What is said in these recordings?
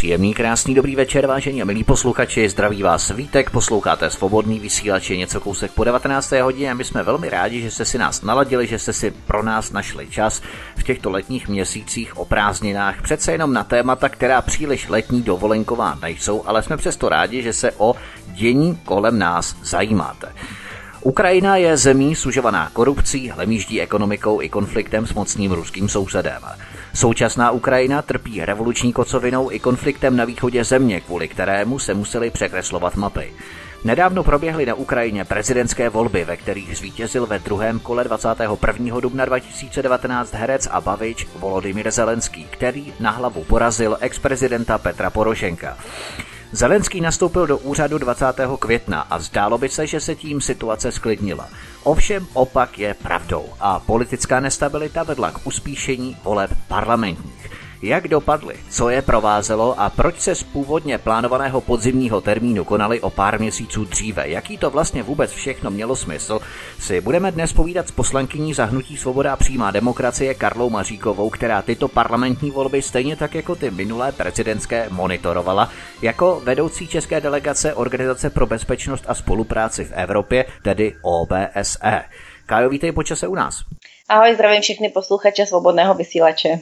Příjemný, krásný, dobrý večer, vážení a milí posluchači, zdraví vás Vítek, posloucháte Svobodný vysílač, je něco kousek po 19. hodině a my jsme velmi rádi, že jste si nás naladili, že jste si pro nás našli čas v těchto letních měsících o prázdninách, přece jenom na témata, která příliš letní dovolenková nejsou, ale jsme přesto rádi, že se o dění kolem nás zajímáte. Ukrajina je zemí sužovaná korupcí, hlemýždí ekonomikou i konfliktem s mocným ruským sousedem. Současná Ukrajina trpí revoluční kocovinou i konfliktem na východě země, kvůli kterému se museli překreslovat mapy. Nedávno proběhly na Ukrajině prezidentské volby, ve kterých zvítězil ve druhém kole 21. dubna 2019 herec a bavič Volodymyr Zelenský, který na hlavu porazil ex-prezidenta Petra Porošenka. Zelenský nastoupil do úřadu 20. května a zdálo by se, že se tím situace sklidnila. Ovšem opak je pravdou a politická nestabilita vedla k uspíšení voleb parlamentních. Jak dopadly, co je provázelo a proč se z původně plánovaného podzimního termínu konaly o pár měsíců dříve, jaký to vlastně vůbec všechno mělo smysl, si budeme dnes povídat s poslankyní za hnutí Svoboda a přímá demokracie Karlou Maříkovou, která tyto parlamentní volby stejně tak jako ty minulé prezidentské monitorovala, jako vedoucí české delegace Organizace pro bezpečnost a spolupráci v Evropě, tedy OBSE. Kájo, vítej po čase u nás. Ahoj, zdravím všechny posluchače Svobodného vysílače.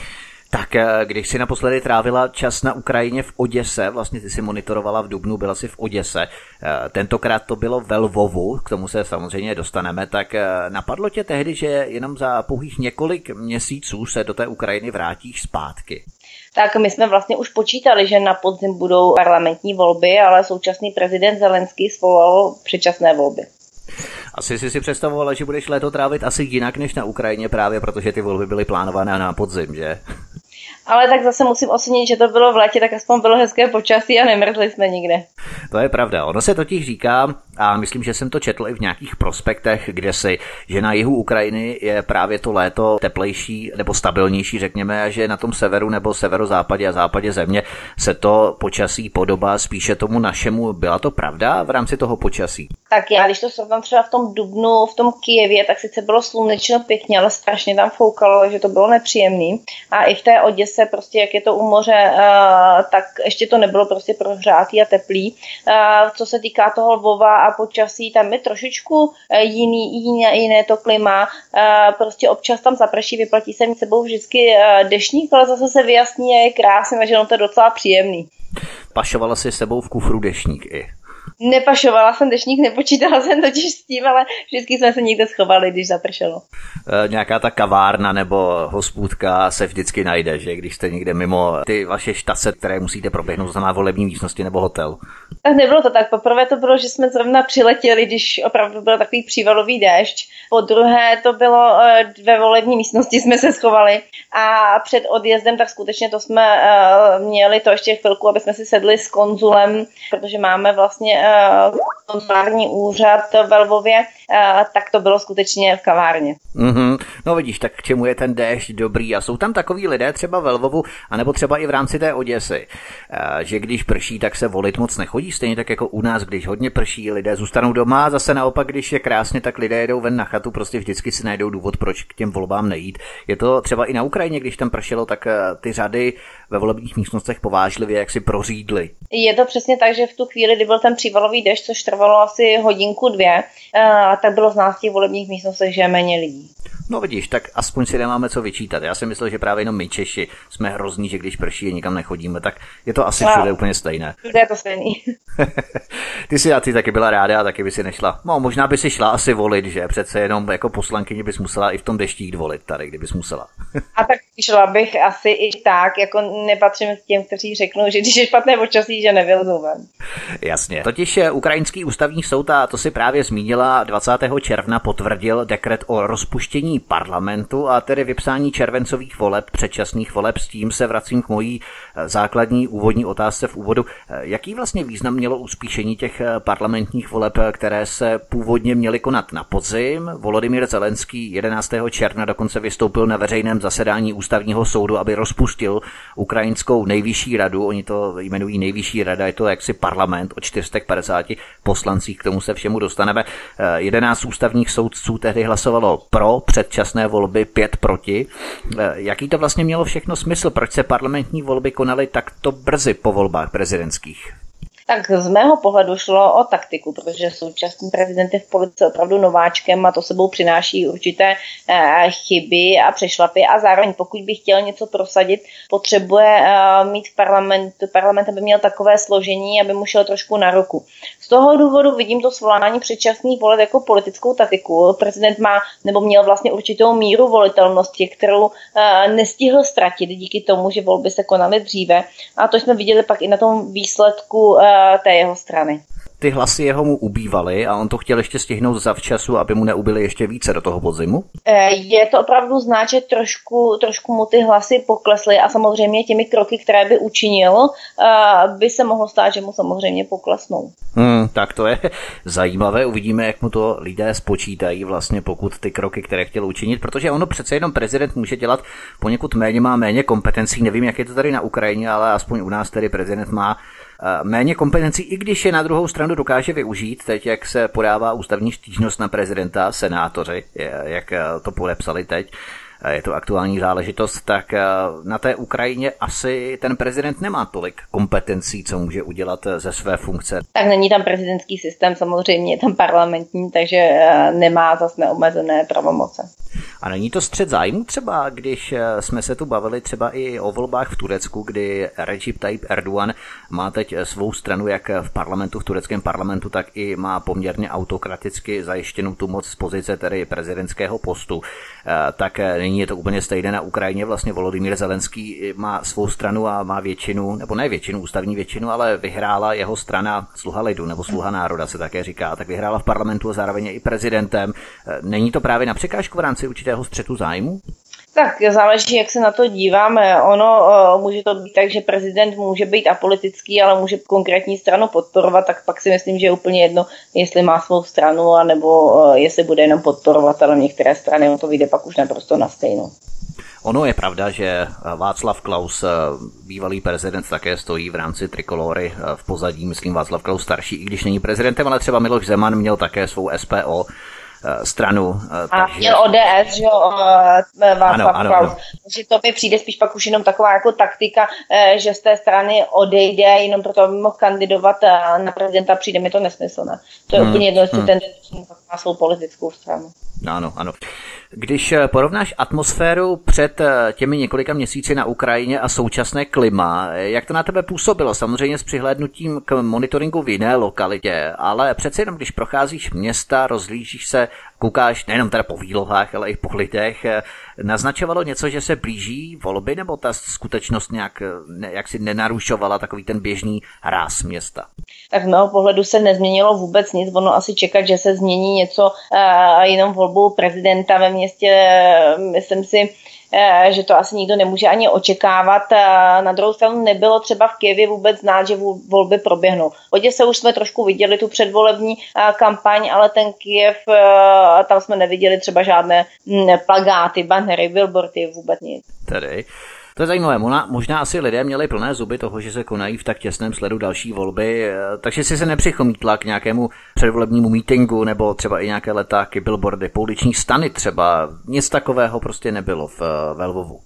Tak když jsi naposledy trávila čas na Ukrajině v Oděse, vlastně ty si monitorovala v dubnu, byla jsi v Oděse, tentokrát to bylo ve Lvovu, k tomu se samozřejmě dostaneme, tak napadlo tě tehdy, že jenom za pouhých několik měsíců se do té Ukrajiny vrátíš zpátky? Tak my jsme vlastně už počítali, že na podzim budou parlamentní volby, ale současný prezident Zelenský svolal předčasné volby. Asi jsi si představovala, že budeš léto trávit asi jinak než na Ukrajině právě, protože ty volby byly plánované na podzim, že? Ale tak zase musím ocenit, že to bylo v létě, tak aspoň bylo hezké počasí a nemrzli jsme nikde. To je pravda. Ono se totiž říká, a myslím, že jsem to četl i v nějakých prospektech, že na jihu Ukrajiny je právě to léto teplejší nebo stabilnější, řekněme, a že na tom severu nebo severozápadě a západě země se to počasí podobá spíše tomu našemu. Byla to pravda v rámci toho počasí? Tak já, když to srovnám třeba v tom dubnu, v tom Kyjevě, tak sice bylo slunečno pěkně, ale strašně tam foukalo, že to bylo nepříjemný. A i v té Oděse, prostě jak je to u moře, tak ještě to nebylo prostě prohřátý a teplý. Co se týká toho Lvova a počasí, tam je trošičku jiné to klima. Prostě občas tam zaprší, vyplatí se mít sebou vždycky deštník, ale zase se vyjasní a je krásný, takže to je docela příjemný. Pašovala si s sebou v kufru deštník i? Nepašovala jsem deštník, nepočítala jsem totiž s tím, ale vždycky jsme se někde schovali, když zapršelo. Nějaká ta kavárna nebo hospůdka se vždycky najde, že když jste někde mimo ty vaše štace, které musíte proběhnout, znamená volební místnosti nebo hotel. Tak nebylo to tak. Poprvé to bylo, že jsme zrovna přiletěli, když opravdu byl takový přívalový déšť. Po druhé to bylo ve volební místnosti jsme se schovali a před odjezdem tak skutečně to jsme měli to ještě chvilku, aby jsme si sedli s konzulem, protože máme vlastně konzulární úřad ve Lvově, tak to bylo skutečně v kavárně. No vidíš, tak k čemu je ten déšť dobrý a jsou tam takový lidé třeba ve Lvovu, anebo třeba i v rámci té Oděsy, že když prší, tak se volit moc nechodí, stejně tak jako u nás, když hodně prší, lidé zůstanou doma a zase naopak, když je krásně, tak lidé jedou ven na chatu, prostě vždycky si najdou důvod, proč k těm volbám nejít. Je to třeba i na Ukrajině, když tam pršelo, tak ty řady ve volebních místnostech povážlivě jak si prořídly. Je to přesně tak, že v tu chvíli, kdy byl ten přívalový déšť, což trvalo asi hodinku, dvě, tak bylo z nás těch volebních místnostech, že je méně lidí. No vidíš, tak aspoň si nemáme co vyčítat. Já si myslel, že právě jenom my Češi jsme hrozní, že když prší a nikam nechodíme, tak je to asi všude úplně stejné. Všude je to stejný. Ty taky byla ráda a taky by si nešla. No, možná by si šla asi volit, že? Přece jenom jako poslankyni bys musela i v tom deští jít volit tady, kdybys musela. A tak šla bych asi i tak, jako nepatřím k těm, kteří řeknou, že když je špatné počasí, že nevylezou ven. Jasně. Totiž Ukrajinský ústavní soud, a to si právě zmínila, 20. června potvrdil dekret o rozpuštění parlamentu a tedy vypsání červencových voleb, předčasných voleb. S tím se vracím k mojí základní úvodní otázce v úvodu. Jaký vlastně význam mělo uspíšení těch parlamentních voleb, které se původně měly konat na podzim? Volodymyr Zelenský 11. června dokonce vystoupil na veřejném zasedání ústavního soudu, aby rozpustil ukrajinskou nejvyšší radu. Oni to jmenují nejvyšší rada, je to jaksi parlament o 450 poslancích, k tomu se všemu dostaneme. 11 ústavních soudců tehdy hlasovalo pro předčasné volby 5 proti. Jaký to vlastně mělo všechno smysl? Proč se parlamentní volby konaly takto brzy po volbách prezidentských? Tak z mého pohledu šlo o taktiku, protože současný prezident je v politice opravdu nováčkem a to sebou přináší určité chyby a přešlapy a zároveň pokud by chtěl něco prosadit, potřebuje mít parlament, aby měl takové složení, aby mu šel trošku na ruku. Z toho důvodu vidím to svolání předčasných voleb jako politickou taktiku. Prezident má nebo měl vlastně určitou míru volitelnosti, kterou nestihl ztratit díky tomu, že volby se konaly dříve a to jsme viděli pak i na tom výsledku té jeho strany. Ty hlasy jeho mu ubývaly a on to chtěl ještě stihnout zavčasu, aby mu neubyly ještě více do toho podzimu? Je to opravdu znát, že trošku mu ty hlasy poklesly a samozřejmě těmi kroky, které by učinil, by se mohlo stát, že mu samozřejmě poklesnou. Tak to je zajímavé, uvidíme, jak mu to lidé spočítají vlastně, pokud ty kroky, které chtěl učinit, protože ono přece jenom prezident může dělat poněkud méně, má méně kompetencí, nevím, jak je to tady na Ukrajině, ale aspoň u nás tedy prezident má méně kompetencí, i když je na druhou stranu dokáže využít, teď jak se podává ústavní stížnost na prezidenta, senátoři, jak to podepsali teď, je to aktuální záležitost, tak na té Ukrajině asi ten prezident nemá tolik kompetencí, co může udělat ze své funkce. Tak není tam prezidentský systém, samozřejmě je tam parlamentní, takže nemá zase neomezené pravomoce. A není to střet zájmu třeba, když jsme se tu bavili třeba i o volbách v Turecku, kdy Recep Tayyip Erdogan má teď svou stranu jak v parlamentu, v tureckém parlamentu, tak i má poměrně autokraticky zajištěnou tu moc z pozice tedy prezidentského postu. Tak není to úplně stejné na Ukrajině. Vlastně Volodymyr Zelenský má svou stranu a má většinu, nebo ne většinu, ústavní většinu, ale vyhrála jeho strana Sluha lidu, nebo Sluha národa se také říká, tak vyhrála v parlamentu a zároveň i prezidentem. Není to právě na překážku v rámci určitého střetu zájmu? Tak záleží, jak se na to díváme. Ono může to být tak, že prezident může být apolitický, ale může konkrétní stranu podporovat, tak pak si myslím, že je úplně jedno, jestli má svou stranu, anebo jestli bude jenom podporovat, ale některé strany on to vyjde pak už naprosto na stejnou. Ono je pravda, že Václav Klaus, bývalý prezident, také stojí v rámci trikolory v pozadí, myslím Václav Klaus starší, i když není prezidentem, ale třeba Miloš Zeman měl také svou SPO stranu. A takže měl ODS, že Václav Klaus. Takže to mi přijde spíš pak už jenom taková jako taktika, že z té strany odejde jenom proto, aby mohl kandidovat na prezidenta, přijde mi to nesmyslné. To je úplně jedno, jestli ten má svou politickou stranu. Ano. Když porovnáš atmosféru před těmi několika měsíci na Ukrajině a současné klima, jak to na tebe působilo? Samozřejmě s přihlédnutím k monitoringu v jiné lokalitě, ale přece jenom, když procházíš města, rozhlížíš se, koukáš nejenom teda po výlohách, ale i po lidech, naznačovalo něco, že se blíží volby, nebo ta skutečnost nějak si nenarušovala takový ten běžný ráz města? Tak z mého pohledu se nezměnilo vůbec nic, ono asi čekat, že se změní něco jenom volbou prezidenta ve městě, myslím si, že to asi nikdo nemůže ani očekávat. Na druhou stranu nebylo třeba v Kyjevě vůbec znát, že volby proběhnou. V Oděse už jsme trošku viděli tu předvolební kampaň, ale ten Kyjev, tam jsme neviděli třeba žádné plakáty, bannery, billboardy, vůbec nic. Tedy. To je zajímavé. Možná asi lidé měli plné zuby toho, že se konají v tak těsném sledu další volby, takže si se nepřichomítla k nějakému předvolebnímu mítingu nebo třeba i nějaké letáky, billboardy, pouliční stany třeba. Nic takového prostě nebylo ve Lvovu.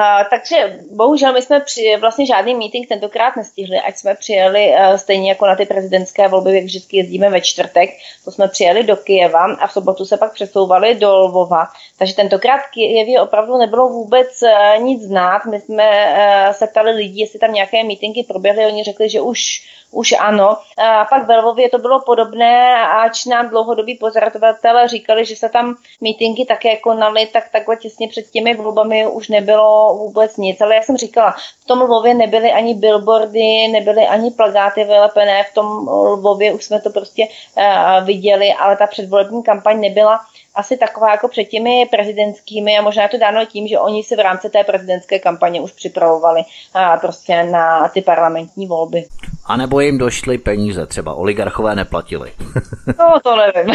Takže bohužel my jsme vlastně žádný meeting tentokrát nestihli, ať jsme přijeli stejně jako na ty prezidentské volby, jak vždycky jezdíme ve čtvrtek, to jsme přijeli do Kyjeva a v sobotu se pak přesouvali do Lvova. Takže tentokrát v Kyjevě opravdu nebylo vůbec nic znát. My jsme se ptali lidí, jestli tam nějaké meetingy proběhly, oni řekli, že už ano. A pak ve Lvově to bylo podobné, ač nám dlouhodobí pozorovatelé říkali, že se tam meetingy také konaly, tak takhle těsně před těmi volbami už nebylo vůbec nic. Ale jak jsem říkala, v tom Lvově nebyly ani billboardy, nebyly ani plakáty vylepené, v tom Lvově už jsme to prostě viděli, ale ta předvolební kampaň nebyla asi taková jako před těmi prezidentskými a možná je to dáno tím, že oni se v rámci té prezidentské kampaně už připravovali prostě na ty parlamentní volby. A nebo jim došly peníze, třeba oligarchové neplatili. No, to nevím.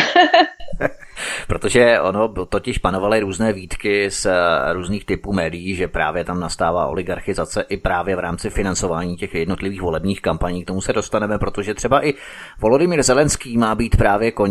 Protože totiž panovaly různé výtky z různých typů médií, že právě tam nastává oligarchizace i právě v rámci financování těch jednotlivých volebních kampaní. K tomu se dostaneme, protože třeba i Volodymyr Zelenský má být právě koněm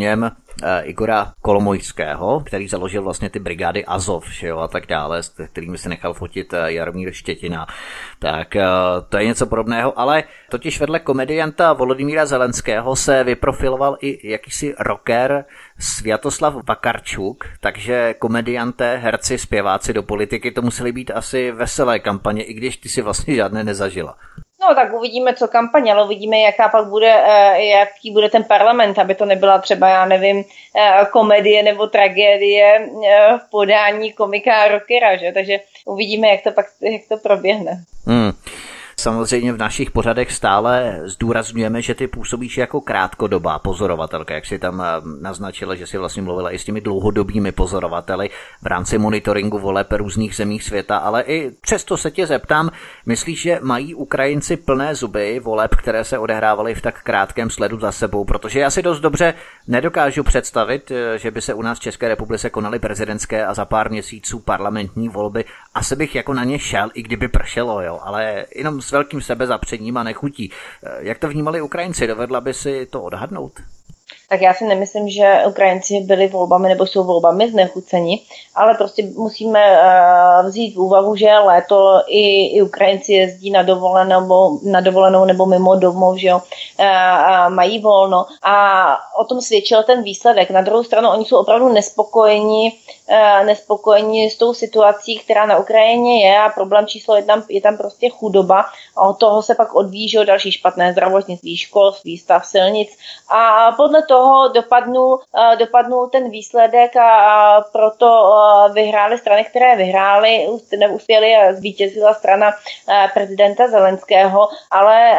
Igora Kolomojského, který založil vlastně ty brigády Azov, že jo, a tak dále, s kterými se nechal fotit Jaromír Štětina. Tak to je něco podobného, ale totiž vedle komedianta Volodymyra Zelenského se vyprofiloval i jakýsi rocker Sviatoslav Vakarčuk, takže komedianté, herci, zpěváci do politiky, to musely být asi veselé kampaně, i když ty si vlastně žádné nezažila. No tak uvidíme, co kampaň, ale uvidíme, jaký bude ten parlament, aby to nebyla třeba, já nevím, komedie nebo tragédie v podání komika a rockera, že? Takže uvidíme, jak to proběhne. Samozřejmě v našich pořadech stále zdůrazňujeme, že ty působíš jako krátkodobá pozorovatelka, jak si tam naznačila, že si vlastně mluvila i s těmi dlouhodobými pozorovateli v rámci monitoringu voleb různých zemí světa, ale i přesto se tě zeptám, myslíš, že mají Ukrajinci plné zuby voleb, které se odehrávaly v tak krátkém sledu za sebou, protože já si dost dobře nedokážu představit, že by se u nás v České republice konaly prezidentské a za pár měsíců parlamentní volby. Asi bych jako na ně šel, i kdyby pršelo, jo, ale jenom s velkým sebezapřením a nechutí. Jak to vnímali Ukrajinci? Dovedla by si to odhadnout? Tak já si nemyslím, že Ukrajinci byli volbami nebo jsou volbami znechuceni, ale prostě musíme vzít v úvahu, že léto i Ukrajinci jezdí na dovolenou nebo mimo domov, že jo, mají volno a o tom svědčil ten výsledek. Na druhou stranu oni jsou opravdu nespokojeni s tou situací, která na Ukrajině je a problém číslo je tam prostě chudoba a od toho se pak odvíjí, že další špatné zdravotnictví, školství, stav silnic a podle toho dopadnul ten výsledek a proto vyhrály strany, které vyhrály, neuspěly a zvítězila strana prezidenta Zelenského, ale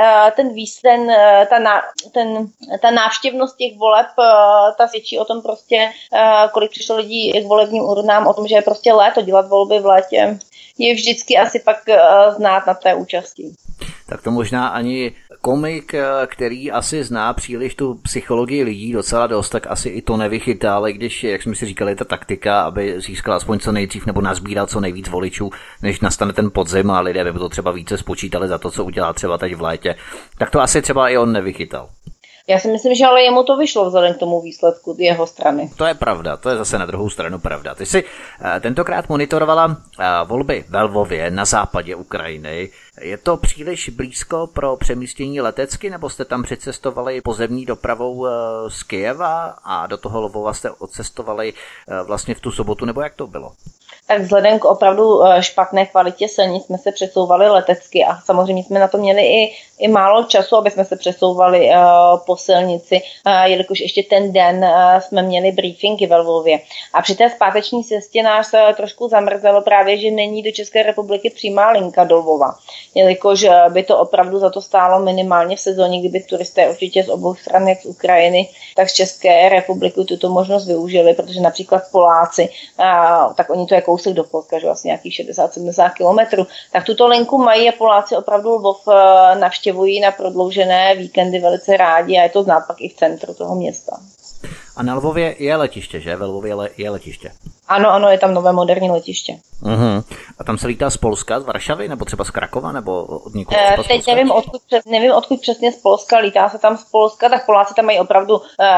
ta návštěvnost těch voleb, ta svědčí o tom prostě, kolik přišlo lidí k volebním urnám, o tom, že je prostě léto, dělat volby v létě je vždycky asi pak znát na té účasti. Tak to možná ani komik, který asi zná příliš tu psychologii lidí docela dost, tak asi i to nevychytá, ale když, jak jsme si říkali, ta taktika, aby získal aspoň co nejdřív nebo nazbíral co nejvíc voličů, než nastane ten podzim a lidé by to třeba více spočítali za to, co udělá třeba teď v létě, tak to asi třeba i on nevychytal. Já si myslím, že ale jemu to vyšlo vzhledem k tomu výsledku jeho strany. To je pravda, to je zase na druhou stranu pravda. Ty jsi tentokrát monitorovala volby ve Lvově na západě Ukrajiny. Je to příliš blízko pro přemístění letecky, nebo jste tam přicestovali pozemní dopravou z Kyjeva a do toho Lvova jste odcestovali vlastně v tu sobotu, nebo jak to bylo? Tak vzhledem k opravdu špatné kvalitě silnic jsme se přesouvali letecky a samozřejmě jsme na to měli i málo času, aby jsme se přesouvali po silnici, jelikož ještě ten den jsme měli briefingy ve Lvově. A při té zpáteční cestě nás trošku zamrzelo právě, že není do České republiky přímá linka do Lvova, jelikož by to opravdu za to stálo minimálně v sezóně, kdyby turisté určitě z obou stran, jak z Ukrajiny, tak z České republiky tuto možnost využili, protože například Poláci, tak oni to je kousek do Polska, že vlastně nějakých 60-70 kilometrů, tak tuto linku mají a Poláci opravdu Lvov navštěvují na prodloužené víkendy velice rádi a je to znát pak i v centru toho města. A na Lvově je letiště, že? Ve Lvově je letiště. Ano, je tam nové moderní letiště. Uh-huh. A tam se lítá z Polska, z Varšavy, nebo třeba z Krakova, nebo od někud z teď nevím, odkud přesně z Polska, lítá se tam z Polska, tak Poláci tam mají opravdu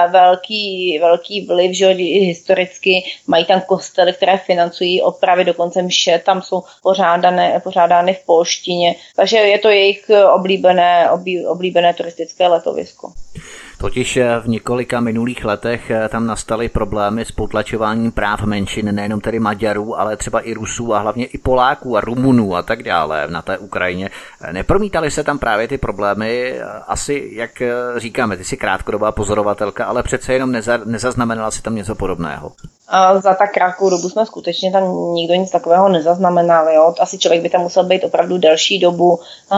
velký vliv, že historicky mají tam kostely, které financují opravy, dokonce mše tam jsou pořádány v polštině, takže je to jejich oblíbené turistické letovisko. Totiž v několika minulých letech tam nastaly problémy s potlačováním práv menšin, nejenom tedy Maďarů, ale třeba i Rusů a hlavně i Poláků a Rumunů a tak dále na té Ukrajině. Nepromítaly se tam právě ty problémy? Asi, jak říkáme, ty jsi krátkodobá pozorovatelka, ale přece jenom nezaznamenala si tam něco podobného. A za tak krátkou dobu jsme skutečně tam nikdo nic takového nezaznamenal. Jo? Asi člověk by tam musel být opravdu delší dobu,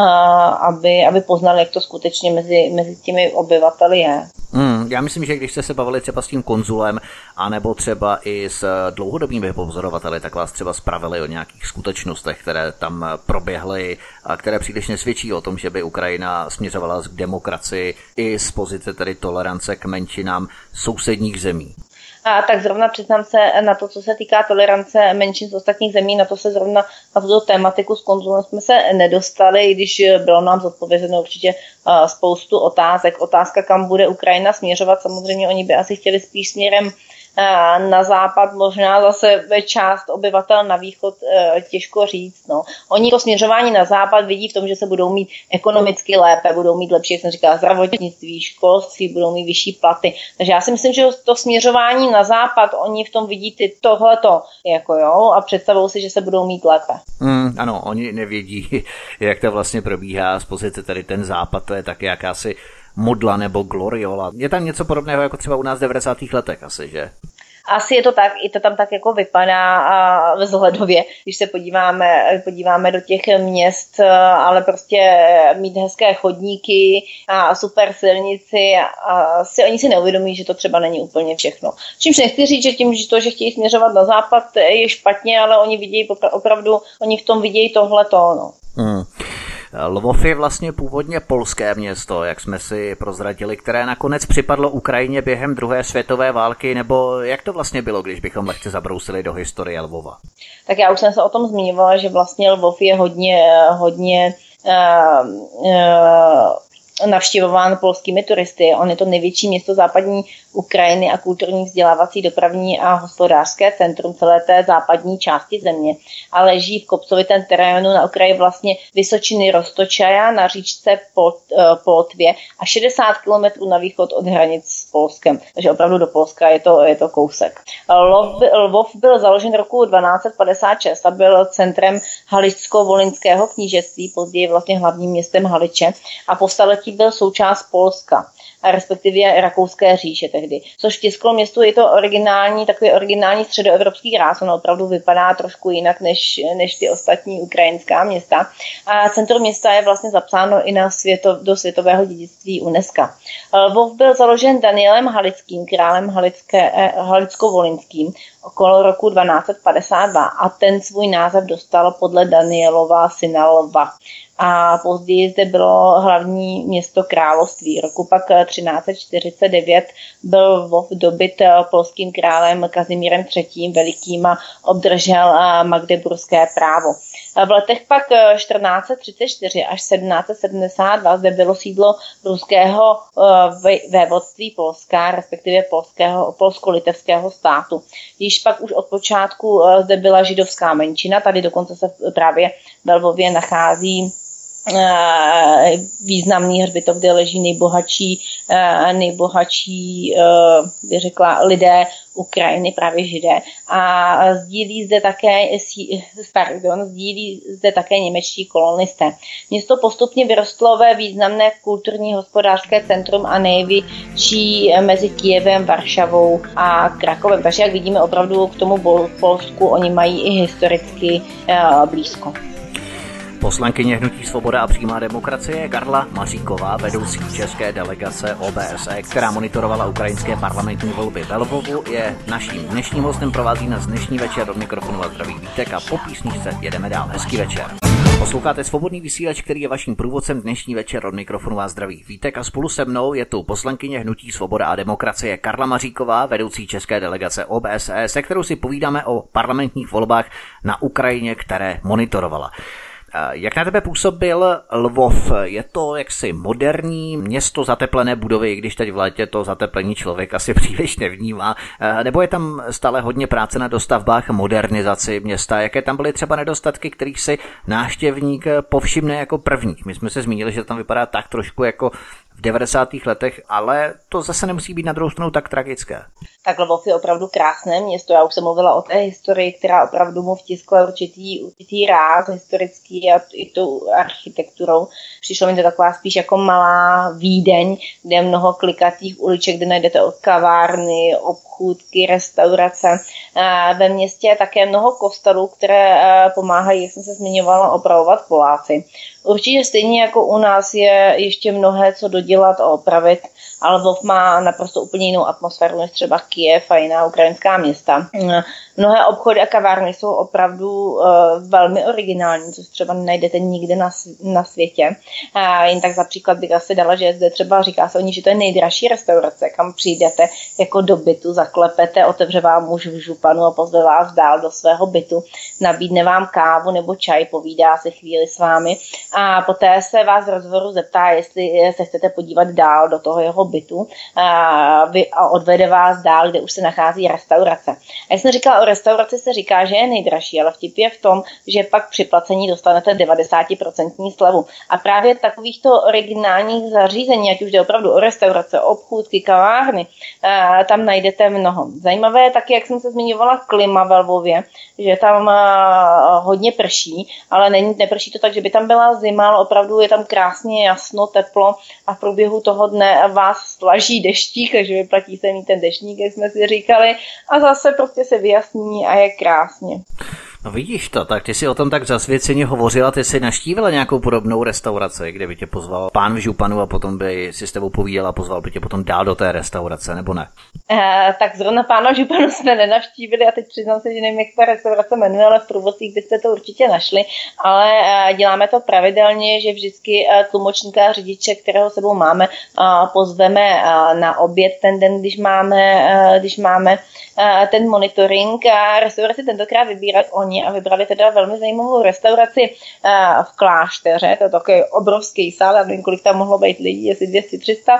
aby poznal, jak to skutečně mezi těmi obyvateli je. Já myslím, že když jste se bavili třeba s tím konzulem, anebo třeba i s dlouhodobými pozorovateli, tak vás třeba spravili o nějakých skutečnostech, které tam proběhly a které příliš nesvědčí o tom, že by Ukrajina směřovala k demokracii i z pozice tedy tolerance k menšinám sousedních zemí. A tak zrovna přiznám se na to, co se týká tolerance menšin z ostatních zemí, na to se zrovna na tuto tématiku s konzulem jsme se nedostali, i když bylo nám zodpovězeno určitě spoustu otázek. Otázka, kam bude Ukrajina směřovat, samozřejmě oni by asi chtěli spíš směrem na západ, možná zase část obyvatel na východ, těžko říct. No. Oni to směřování na západ vidí v tom, že se budou mít ekonomicky lépe, budou mít lepší, jak jsem říkala, zdravotnictví, školství, budou mít vyšší platy. Takže já si myslím, že to směřování na západ, oni v tom vidí tohleto, jako jo, a představují si, že se budou mít lépe. Ano, oni nevědí, jak to vlastně probíhá z pozice tady ten západ, to je taky jakási modla nebo gloriola. Je tam něco podobného jako třeba u nás v 90. letech asi, že? Asi je to tak, i to tam tak jako vypadá vzhledově, když se podíváme do těch měst, ale prostě mít hezké chodníky a super silnici a oni si neuvědomí, že to třeba není úplně všechno. Čímž nechci říct, že tím, že chtějí směřovat na západ, je špatně, ale oni vidějí opravdu, oni v tom vidějí tohleto, no. Lvov je vlastně původně polské město, jak jsme si prozradili, které nakonec připadlo Ukrajině během druhé světové války, nebo jak to vlastně bylo, když bychom lehce zabrousili do historie Lvova? Tak já už jsem se o tom zmiňovala, že vlastně Lvov je hodně navštěvován polskými turisty. On je to největší město západní Ukrajiny a kulturní, vzdělávací, dopravní a hospodářské centrum celé té západní části země. A leží v kopcovitém terénu na okraji vlastně Vysočiny Roztočaja na říčce Plotvě a 60 km na východ od hranic s Polskem. Takže opravdu do Polska je to kousek. Lvov byl založen roku 1256 a byl centrem Halicko-Volyňského knížectví, později vlastně hlavním městem Haliče, a po staletí byl součást Polska, a respektive Rakouské říše tehdy. Což vtisklo městu je to takový originální středoevropský ráz. Ono opravdu vypadá trošku jinak než ty ostatní ukrajinská města. A centrum města je vlastně zapsáno i do světového dědictví UNESCO. Lvov byl založen Danielem Halickým, králem Halicko-Volyňským, okolo roku 1252 a ten svůj název dostal podle Danielova syna Lva. A později zde bylo hlavní město království. Roku pak 1349 byl Lvov dobyt polským králem Kazimírem III. Velikým a obdržel magdeburské právo. V letech pak 1434 až 1772 zde bylo sídlo ruského vévodství Polska, respektive polsko-litevského státu. Již pak už od počátku zde byla židovská menšina, tady dokonce se právě ve Lvově nachází významný hřbitov, kde leží nejbohatší bych řekla, lidé Ukrajiny, právě Židé. A sdílí zde také němečtí kolonisté. Město postupně vyrostlo ve významné kulturní hospodářské centrum a největší mezi Kyjevem, Varšavou a Krakovem. Takže jak vidíme, opravdu k tomu Polsku oni mají i historicky blízko. Poslankyně Hnutí Svoboda a přímá demokracie Karla Maříková, vedoucí české delegace OBSE, která monitorovala ukrajinské parlamentní volby ve Lvovu, je naším dnešním hostem. Provází nás dnešní večer, od mikrofonu vás zdraví Vítek a po písničce jedeme dál. Hezký večer. Posloucháte Svobodný vysílač, který je vaším průvodcem dnešní večer, od mikrofonu vás zdraví Vítek a spolu se mnou je tu poslankyně Hnutí Svoboda a demokracie Karla Maříková, vedoucí české delegace OBSE, se kterou si povídáme o parlamentních volbách na Ukrajině, které monitorovala. Jak na tebe působil Lvov? Je to jaksi moderní město, zateplené budovy, i když teď v létě to zateplení člověk asi příliš nevnímá, nebo je tam stále hodně práce na dostavbách, modernizaci města? Jaké tam byly třeba nedostatky, kterých si návštěvník povšimne jako první? My jsme se zmínili, že to tam vypadá tak trošku jako v 90. letech, ale to zase nemusí být na druhou stranu tak tragické. Tak Lvov je opravdu krásné město. Já už jsem mluvila o té historii, která opravdu mu vtiskla určitý ráz historický a i tou architekturou. Přišlo mi to taková spíš jako malá Vídeň, kde je mnoho klikatých uliček, kde najdete od kavárny, obchůdky, restaurace. Ve městě je také mnoho kostelů, které pomáhají, jak jsem se zmiňovala, opravovat Poláci. Určitě stejně jako u nás je ještě mnohé co dodělat a opravit, ale Lvov má naprosto úplně jinou atmosféru než třeba Kyjev a jiná ukrajinská města. Mnohé obchody a kavárny jsou opravdu velmi originální, což třeba najdete nikde na světě. Jen tak za příklad bych asi dala, že zde třeba říká se o ní, že to je nejdražší restaurace, kam přijdete jako do bytu, zaklepete, otevře vám muž v županu a pozve vás dál do svého bytu, nabídne vám kávu nebo čaj, povídá se chvíli s vámi a poté se vás z rozhovoru zeptá, jestli se chcete podívat dál do toho jeho bytu a odvede vás dál, kde už se nachází restaurace. A jak jsem říkala, o restauraci se říká, že je nejdražší, ale vtip je v tom, že pak při placení dostanete 90% slevu. A právě takovýchto originálních zařízení, ať už jde opravdu o restaurace, obchůdky, kavárny, tam najdete mnoho. Zajímavé je taky, jak jsem se zmiňovala, klima ve Lvově, že tam hodně prší, ale neprší to tak, že by tam byla zima, ale opravdu je tam krásně jasno, teplo a v průběhu toho dne vás slaží deštík, takže vyplatí se mít ten deštník, jak jsme si říkali, a zase prostě se vyjasní a je krásně. No vidíš to, tak ty si o tom tak zasvěceně hovořila, ty jsi navštívila nějakou podobnou restauraci, kde by tě pozval pán v županu a potom by si s tebou povídala a pozval by tě potom dál do té restaurace, nebo ne? Tak zrovna pána v županu jsme nenavštívili a teď přiznám se, že nevím, jak ta restaurace jmenuje, ale v průvodcích byste to určitě našli, ale děláme to pravidelně, že vždycky tlumočníka a řidiče, kterého sebou máme, pozveme na oběd ten den, když máme ten monitoring a restauraci tentokrát vybírat oni a vybrali teda velmi zajímavou restauraci v Klášteře, to je takový obrovský sál, já nevím, kolik tam mohlo být lidí, jestli 200-300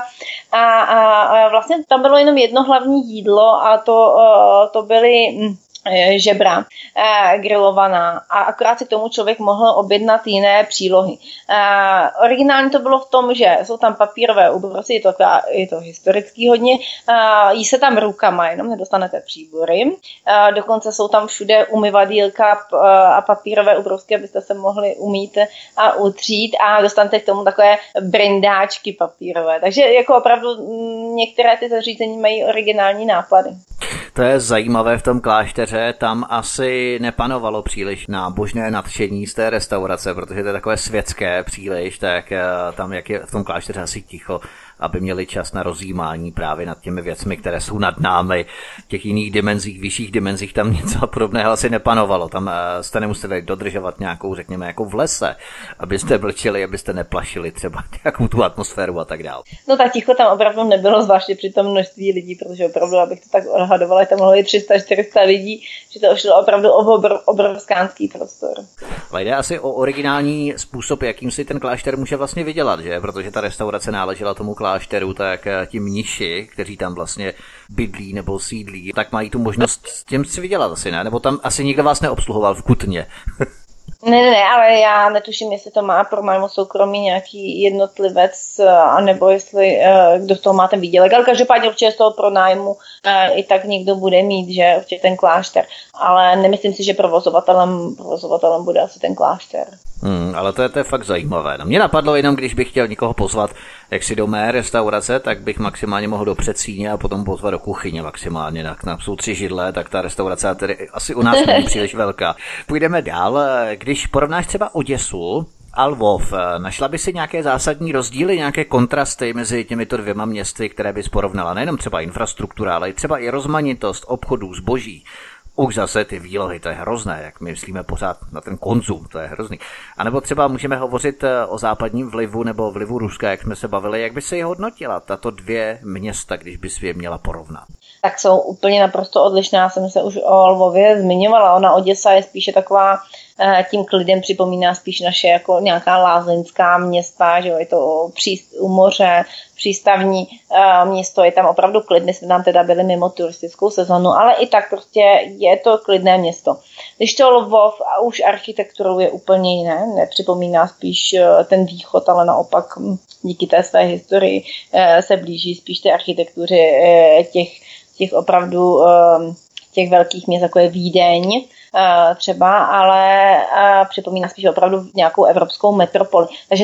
a vlastně tam bylo jenom jedno hlavní jídlo a to byly žebra grilovaná a akorát si k tomu člověk mohl objednat jiné přílohy. Originálně to bylo v tom, že jsou tam papírové ubrousy, je to historický hodně, jí se tam rukama, jenom nedostanete příbory. Dokonce jsou tam všude umyvadýlka a papírové ubrousky, abyste se mohli umýt a utřít a dostanete k tomu takové brindáčky papírové. Takže jako opravdu některé ty zařízení mají originální nápady. To je zajímavé v tom Klášteře, tam asi nepanovalo příliš nábožné nadšení z té restaurace, protože to je takové světské příliš, tak tam jak je v tom Klášteře asi ticho, aby měli čas na rozjímání právě nad těmi věcmi, které jsou nad námi, v těch jiných dimenzích, vyšších dimenzích tam něco podobného asi nepanovalo. Tam jste nemuseli dodržovat nějakou, řekněme, jako v lese, abyste vlčeli, abyste neplašili třeba nějakou tu atmosféru a tak dále. No tak ticho tam opravdu nebylo, zvláště při tom množství lidí, protože opravdu, abych to tak odhadovala, tam mohlo být 300-400 lidí, že to šlo opravdu o obrovskánský prostor. Ale jde asi o originální způsob, jakým si ten klášter může vlastně vydělat, že? Protože ta restaurace náležela tomu klášteru, tak ti mniši, kteří tam vlastně bydlí nebo sídlí, tak mají tu možnost s tím si vydělat asi, ne? Nebo tam asi nikdo vás neobsluhoval v Kutně. Ne, ale já netuším, jestli to má pro mámu soukromí nějaký jednotlivec, anebo jestli kdo z toho má ten výdělek. Ale každopádně určitě z toho pronájmu i tak někdo bude mít, že určitě ten klášter. Ale nemyslím si, že provozovatelem bude asi ten klášter. Ale to je fakt zajímavé. No, mě napadlo jenom, když bych chtěl někoho pozvat, jak si do mé restaurace, tak bych maximálně mohl do předsíně a potom pozvat do kuchyně maximálně. Jsou 3 židle, tak ta restaurace tedy asi u nás není příliš velká. Půjdeme dál. Když porovnáš třeba Oděsu a Lvov, našla by si nějaké zásadní rozdíly, nějaké kontrasty mezi těmito dvěma městy, které bys porovnala? Nejenom třeba infrastruktura, ale třeba i rozmanitost obchodů, zboží. Už zase ty výlohy, to je hrozné, jak my myslíme pořád na ten konzum, to je hrozný. A nebo třeba můžeme hovořit o západním vlivu nebo vlivu Ruska, jak jsme se bavili, jak by se je hodnotila tato 2 města, když bys je měla porovnat? Tak jsou úplně naprosto odlišná, já jsem se už o Lvově zmiňovala, ona Oděsa je spíše taková, tím klidem připomíná spíš naše jako nějaká lázeňská města, že je to u moře, přístavní město, je tam opravdu klid, my jsme tam teda byli mimo turistickou sezonu, ale i tak prostě je to klidné město. Když to Lvov a už architekturou je úplně jiné, nepřipomíná spíš ten východ, ale naopak díky té své historii se blíží spíš té architektuře těch opravdu těch velkých měst, jako je Vídeň třeba, ale připomíná spíš opravdu nějakou evropskou metropoli. Takže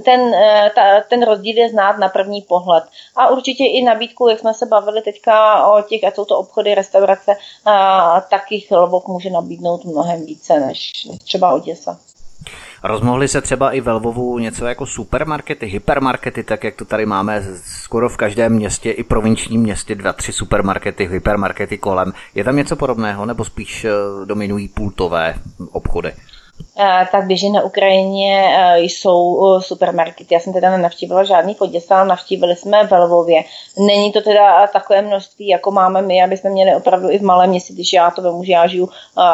ten rozdíl je znát na první pohled. A určitě i nabídku, jak jsme se bavili teďka o těch, ať jsou to obchody, restaurace, tak jich Lvov může nabídnout mnohem více než třeba Oděsa. Rozmohly se třeba i ve Lvovu něco jako supermarkety, hypermarkety, tak jak to tady máme skoro v každém městě, i provinčním městě, 2-3 supermarkety, hypermarkety kolem. Je tam něco podobného, nebo spíš dominují pultové obchody? Tak běžně na Ukrajině jsou supermarkety. Já jsem teda nenavštívila žádný v Oděse, ale navštívili jsme ve Lvově. Není to teda takové množství, jako máme my, aby jsme měli opravdu i v malém městě, když já to vemu, že já žiju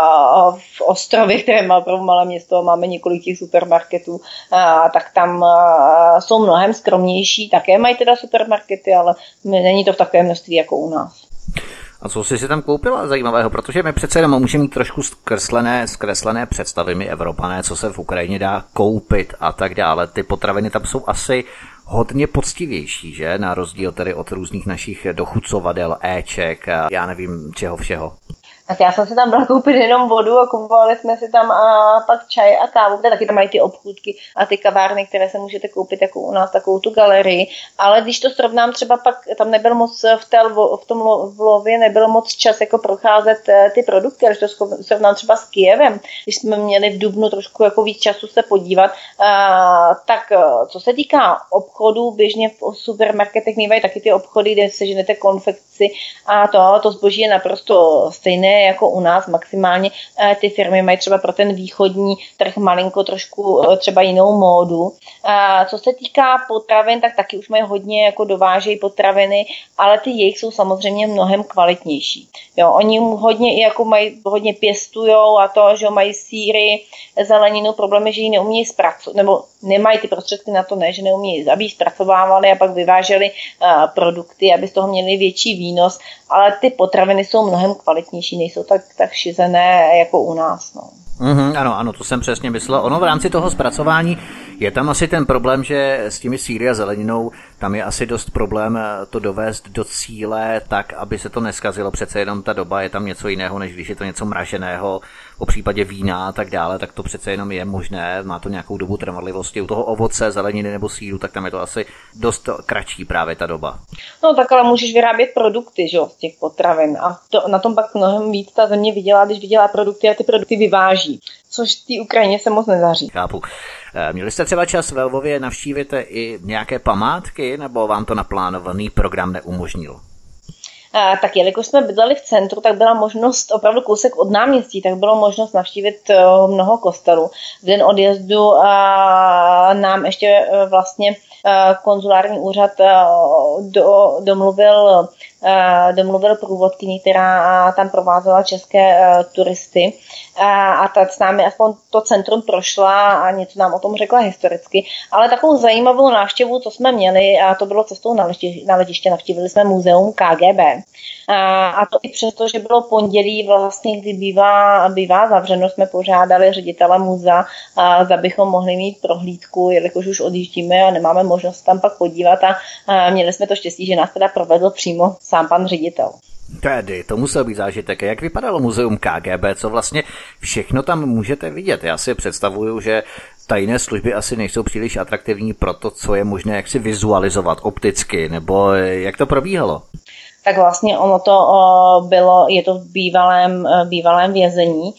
v ostrově, které má opravdu malé město a máme několik těch supermarketů, tak tam jsou mnohem skromnější. Také mají teda supermarkety, ale není to v takové množství jako u nás. A co jsi si tam koupila zajímavého? Protože my přece jenom můžeme mít trošku zkreslené představy, my Evropané, co se v Ukrajině dá koupit a tak dále. Ty potraviny tam jsou asi hodně poctivější, že? Na rozdíl tedy od různých našich dochucovadel, éček a já nevím čeho všeho. Tak já jsem si tam byla koupit jenom vodu a kupovali jsme si tam pak čaj a kávu, kde taky tam mají ty obchůdky a ty kavárny, které se můžete koupit jako u nás, takovou tu galerii. Ale když to srovnám, třeba pak tam nebyl moc v tom Lvově nebyl moc čas jako procházet ty produkty, když to srovnám třeba s Kyjevem, když jsme měli v dubnu trošku jako víc času se podívat, tak co se týká obchodů, běžně v supermarketech mývají taky ty obchody, kde seženete konfekci a to zboží je naprosto stejné jako u nás maximálně. Ty firmy mají třeba pro ten východní trh malinko trošku třeba jinou módu. Co se týká potravin, tak taky už mají hodně jako dovážejí potraviny, ale ty jejich jsou samozřejmě mnohem kvalitnější. Jo, oni hodně i jako mají, hodně pěstujou a to, že mají sýry, zeleninu, problém je, že ji neumějí zpracovat, nebo nemají ty prostředky na to, ne, že neumějí, aby ji zpracovávali a pak vyváželi produkty, aby z toho měli větší výnos, ale ty potraviny jsou mnohem kvalitnější, nejsou tak šizené jako u nás. No. Ano, to jsem přesně myslel. Ono v rámci toho zpracování je tam asi ten problém, že s těmi sýry a zeleninou tam je asi dost problém to dovést do cíle tak, aby se to neskazilo. Přece jenom ta doba je tam něco jiného, než když je to něco mraženého, po případě vína a tak dále, tak to přece jenom je možné, má to nějakou dobu trvanlivosti. U toho ovoce, zeleniny nebo sýru, tak tam je to asi dost kratší právě ta doba. No tak ale můžeš vyrábět produkty, že, z těch potravin a na tom pak mnohem víc ta země vydělá, když vydělá produkty a ty produkty vyváží, což v té Ukrajině se moc nedaří. Chápu. Měli jste třeba čas ve Lvově navštívit i nějaké památky, nebo vám to naplánovaný program neumožnil? Tak jelikož jsme bydleli v centru, tak byla možnost opravdu kousek od náměstí, tak bylo možnost navštívit mnoho kostelů. V den odjezdu nám ještě vlastně konzulární úřad domluvil průvodkyni, která tam provázela české turisty a ta s námi aspoň to centrum prošla a něco nám o tom řekla historicky. Ale takovou zajímavou návštěvu, co jsme měli, a to bylo cestou na letiště, navštívili jsme muzeum KGB. A to i přesto, že bylo pondělí, vlastně, kdy bývá zavřeno, jsme požádali ředitele muzea, zda bychom mohli mít prohlídku, jelikož už odjíždíme a nemáme možnost tam pak podívat a měli jsme to štěstí, že nás teda provedl přímo sám pan ředitel. Tedy, to musel být zážitek. Jak vypadalo muzeum KGB, co vlastně všechno tam můžete vidět? Já si představuju, že tajné služby asi nejsou příliš atraktivní pro to, co je možné jak si vizualizovat opticky, nebo jak to probíhalo? Tak vlastně ono to je to v bývalém vězení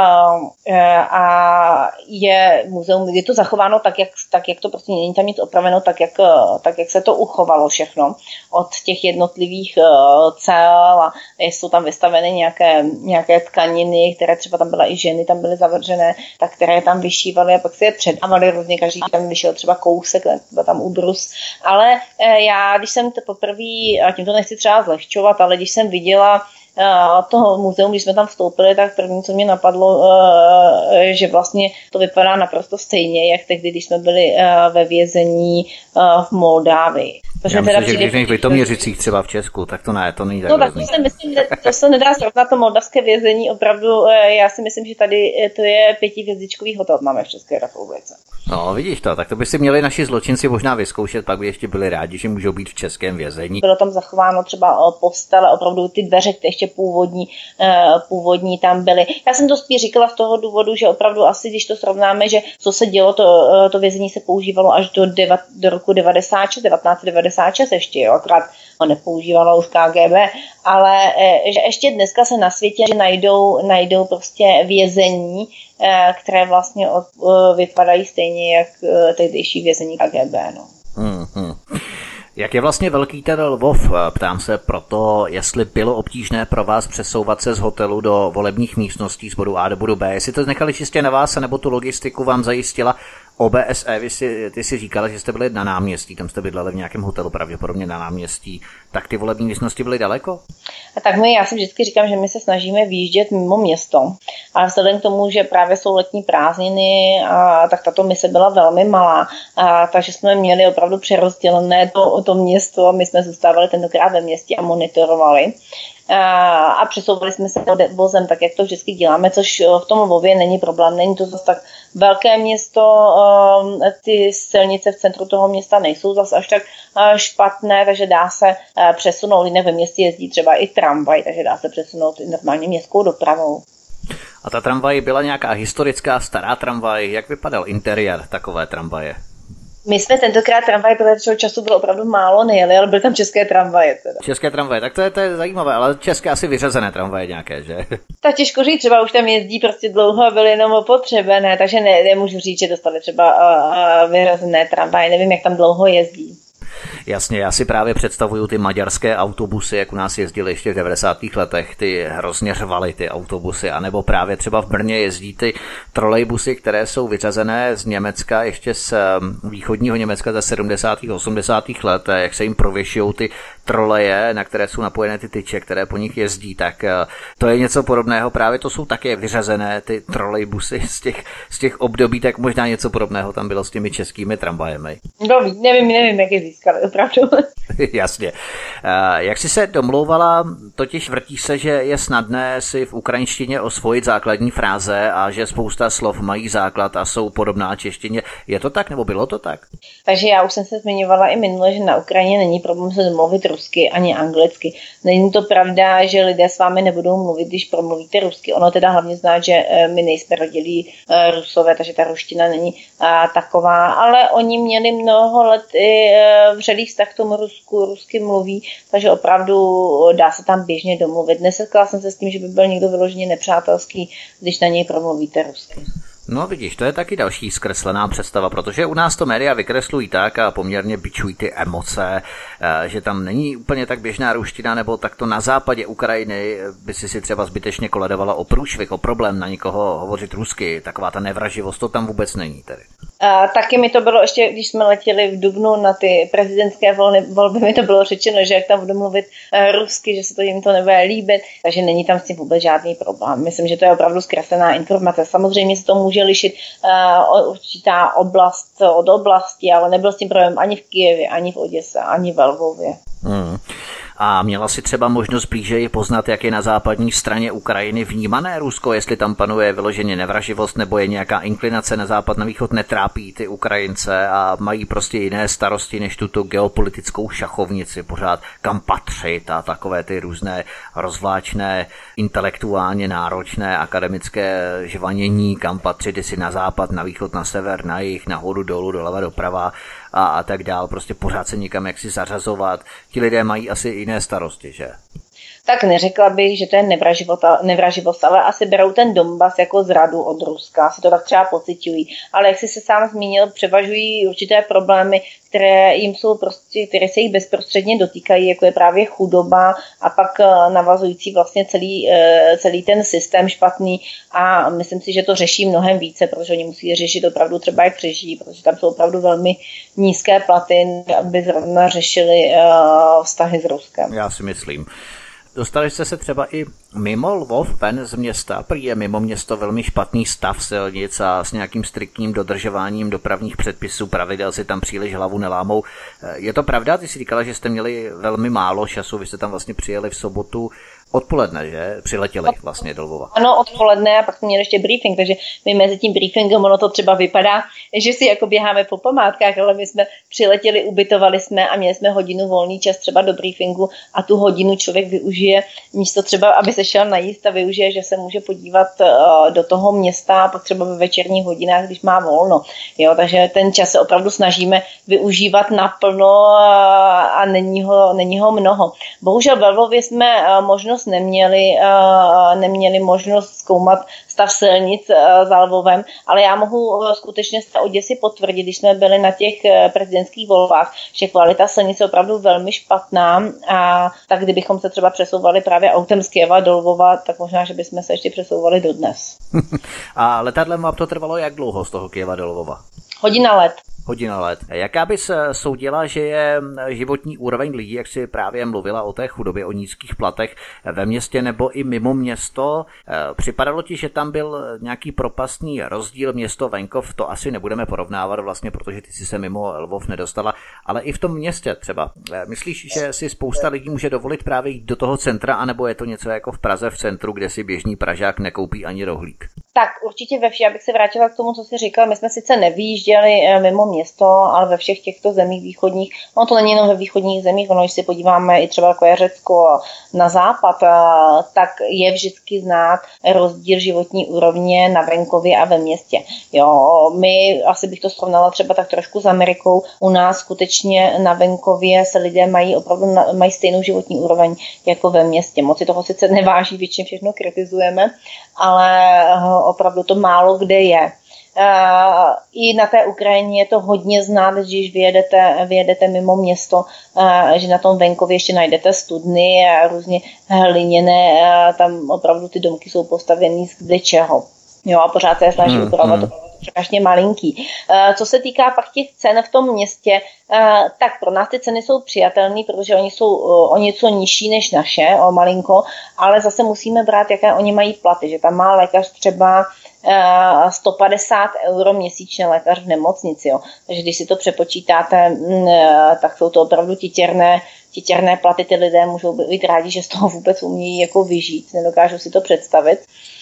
a je muzeum, je to zachováno tak, jak to prostě není tam nic opraveno, tak, jak se to uchovalo všechno od těch jednotlivých cel a jsou tam vystaveny nějaké tkaniny, které třeba tam byla i ženy, tam byly zavržené, tak které tam vyšívaly a pak si je předávali různě, každý tam vyšel třeba kousek, byl tam úbrus, ale já, když jsem to poprvé, a tím to nechci třeba zlehčovat, ale když jsem viděla toho muzeum, když jsme tam vstoupili, tak první, co mě napadlo, že vlastně to vypadá naprosto stejně, jak tehdy, když jsme byli ve vězení v Moldávii. Já myslím, že když v Litoměřicích třeba v Česku, tak to ne, to není tak. No tak to se nedá srovnat, to moldavské vězení opravdu, já si myslím, že tady to je 5hvězdičkový hotel, máme v České republice. No, vidíš to, tak to by si měli naši zločinci možná vyzkoušet, pak by ještě byli rádi, že můžou být v českém vězení. Bylo tam zachováno třeba postele, opravdu ty dveře, které ještě původní tam byly. Já jsem to spíš říkala z toho důvodu, že opravdu asi, když to srovnáme, že co se dělo, to vězení se používalo až do roku 1996, 76 ještě, jo, akorát ho nepoužívalo už KGB, ale že ještě dneska se na světě že najdou prostě vězení, které vlastně vypadají stejně jak tehdejší vězení KGB, no. Mm-hmm. Jak je vlastně velký ten Lvov? Ptám se proto, jestli bylo obtížné pro vás přesouvat se z hotelu do volebních místností z bodu A do bodu B. Jestli to nechali čistě na vás, nebo tu logistiku vám zajistila OBSE. Ty si říkala, že jste byli na náměstí, tam jste bydleli v nějakém hotelu, pravděpodobně na náměstí. Tak ty volební místnosti byly daleko? A tak já si vždycky říkám, že my se snažíme vyjíždět mimo město. A vzhledem k tomu, že právě jsou letní prázdniny, tak tato mise byla velmi malá. Takže jsme měli opravdu přerozdělené to město a my jsme zůstávali tentokrát ve městě a monitorovali. A přesouvali jsme se vozem, tak jak to vždycky děláme, což v tom Lvově není problém. Není to zase tak velké město, ty silnice v centru toho města nejsou zase až tak špatné, takže dá se přesunout, jinak ve městě jezdí třeba i tramvaj, takže dá se přesunout normálně městskou dopravou. A ta tramvaj byla nějaká historická stará tramvaj? Jak vypadal interiér takové tramvaje? My jsme tentokrát tramvaj, protože času bylo opravdu málo, nejeli, ale byly tam české tramvaje. Teda. České tramvaje, tak to je zajímavé, ale české asi vyřazené tramvaje nějaké, že? Tak těžko říct, třeba už tam jezdí prostě dlouho a byly jenom opotřebené, takže nemůžu říct, že dostali třeba vyřazené tramvaje, nevím, jak tam dlouho jezdí. Jasně, já si právě představuju ty maďarské autobusy, jak u nás jezdily ještě v 90. letech, ty hrozně řvaly ty autobusy, anebo právě třeba v Brně jezdí ty trolejbusy, které jsou vyřazené z Německa, ještě z východního Německa ze 70. 80. let, jak se jim prověšují ty troleje, na které jsou napojené ty tyče, které po nich jezdí, tak to je něco podobného, právě to jsou také vyřazené ty trolejbusy z těch období, tak možná něco podobného tam bylo s těmi českými tramvajemi. Nevím, jak je získali, opravdu. Jasně. Jak jsi se domlouvala, totiž vrtí se, že je snadné si v ukrajinštině osvojit základní fráze a že spousta slov mají základ a jsou podobná češtině. Je to tak, nebo bylo to tak? Takže já už jsem se zmiňovala i minule, že na Ukrajině není problém se domluvit rusky ani anglicky. Není to pravda, že lidé s vámi nebudou mluvit, když promluvíte rusky. Ono teda hlavně znát, že my nejsme rodilí Rusové, takže ta ruština není taková, ale oni měli mnoho let i vřelý vztah k tomu Rusku, rusky mluví, takže opravdu dá se tam běžně domluvit. Nesetkala jsem se s tím, že by byl někdo vyloženě nepřátelský, když na něj promluvíte rusky. No vidíš, to je taky další zkreslená představa, protože u nás to média vykreslují tak a poměrně bičují ty emoce, že tam není úplně tak běžná ruština, nebo takto na západě Ukrajiny by si třeba zbytečně koledovala o průšvih, o problém na někoho hovořit rusky, taková ta nevraživost, to tam vůbec není tedy. Taky mi to bylo ještě, když jsme letěli v dubnu na ty prezidentské volby, mi to bylo řečeno, že jak tam budu mluvit rusky, že se to jim to nebude líbit, takže není tam s tím vůbec žádný problém. Myslím, že to je opravdu zkreslená informace. Samozřejmě se to může lišit určitá oblast od oblasti, ale nebyl s tím problém ani v Kyjevě, ani v Oděse, ani ve Lvově. A měla si třeba možnost blíže poznat, jak je na západní straně Ukrajiny vnímané Rusko, jestli tam panuje vyloženě nevraživost nebo je nějaká inklinace na západ, na východ, netrápí ty Ukrajince a mají prostě jiné starosti než tuto geopolitickou šachovnici, pořád kam patřit a takové ty různé rozvláčné, intelektuálně náročné akademické žvanění, kam patřit, jestli na západ, na východ, na sever, na jih, nahoru, dolů, doleva, doprava a tak dál, prostě pořád se někam jaksi zařazovat. Ti lidé mají asi jiné starosti, že? Tak neřekla bych, že to je nevraživost, ale asi berou ten Donbas jako zradu od Ruska, si to tak třeba pociťují. Ale jak jsi se sám zmínil, převažují určité problémy, které se jich bezprostředně dotýkají, jako je právě chudoba a pak navazující vlastně celý ten systém špatný a myslím si, že to řeší mnohem více, protože oni musí řešit opravdu třeba jak přežijí, protože tam jsou opravdu velmi nízké platy, aby zrovna řešili vztahy s Ruskem. Já si myslím. Dostali jste se třeba i mimo Lvov, ven z města, prý je mimo město velmi špatný stav silnic a s nějakým striktním dodržováním dopravních předpisů, pravidel si tam příliš hlavu nelámou. Je to pravda? Ty jsi říkala, že jste měli velmi málo času, vy jste tam vlastně přijeli v sobotu Odpoledne, že? Přiletěli vlastně do Lvova. Ano, odpoledne a pak jsme měli ještě briefing, takže my mezi tím briefingem, ono to třeba vypadá, že si jako běháme po památkách, ale my jsme přiletěli, ubytovali jsme a měli jsme hodinu volný čas třeba do briefingu a tu hodinu člověk využije místo třeba, aby se šel najíst a využije, že se může podívat do toho města a pak třeba ve večerních hodinách, když má volno. Jo, takže ten čas se opravdu snažíme využívat naplno a není ho mnoho. Bohužel ve Lvově jsme možnost neměli možnost zkoumat stav silnic za Lvovem, ale já mohu skutečně z té Oděsy potvrdit, když jsme byli na těch prezidentských volbách, že kvalita silnic je opravdu velmi špatná a tak kdybychom se třeba přesouvali právě autem z Kyjeva do Lvova, tak možná, že bychom se ještě přesouvali dodnes. A letadlem vám to trvalo jak dlouho z toho Kyjeva do Lvova? Hodina let. Jaká bys soudila, že je životní úroveň lidí, jak si právě mluvila o té chudobě, o nízkých platech ve městě nebo i mimo město? Připadalo ti, že tam byl nějaký propastný rozdíl město venkov? To asi nebudeme porovnávat vlastně, protože ty jsi se mimo Lvov nedostala, ale i v tom městě třeba. Myslíš, že si spousta lidí může dovolit právě jít do toho centra, anebo je to něco jako v Praze v centru, kde si běžný Pražák nekoupí ani rohlík? Tak určitě ve všech, abych se vrátila k tomu, co jsi říkal, my jsme sice nevyjížděli mimo město, ale ve všech těchto zemích východních, no to není jenom ve východních zemích, ono, když si podíváme i třeba jako je Řecko na západ, tak je vždycky znát rozdíl životní úrovně na venkově a ve městě. Jo, my, asi bych to srovnala třeba tak trošku s Amerikou, u nás skutečně na venkově se lidé mají stejnou životní úroveň jako ve městě. Moc si toho sice neváží, většině všechno kritizujeme, ale opravdu to málo kde je. I na té Ukrajině je to hodně znát, když vyjedete mimo město, že na tom venkově ještě najdete studny a různě hliněné, tam opravdu ty domky jsou postavený z kde čeho. Jo, a pořád se snaží upravovat strašně malinký. Co se týká pak těch cen v tom městě, tak pro nás ty ceny jsou přijatelné, protože oni jsou o něco nižší než naše, o malinko, ale zase musíme brát, jaké oni mají platy, že tam má lékař třeba 150 € měsíčně lékař v nemocnici. Jo. Takže když si to přepočítáte, tak jsou to opravdu titěrné platy, ty lidé můžou být rádi, že z toho vůbec umějí jako vyžít, nedokážu si to představit.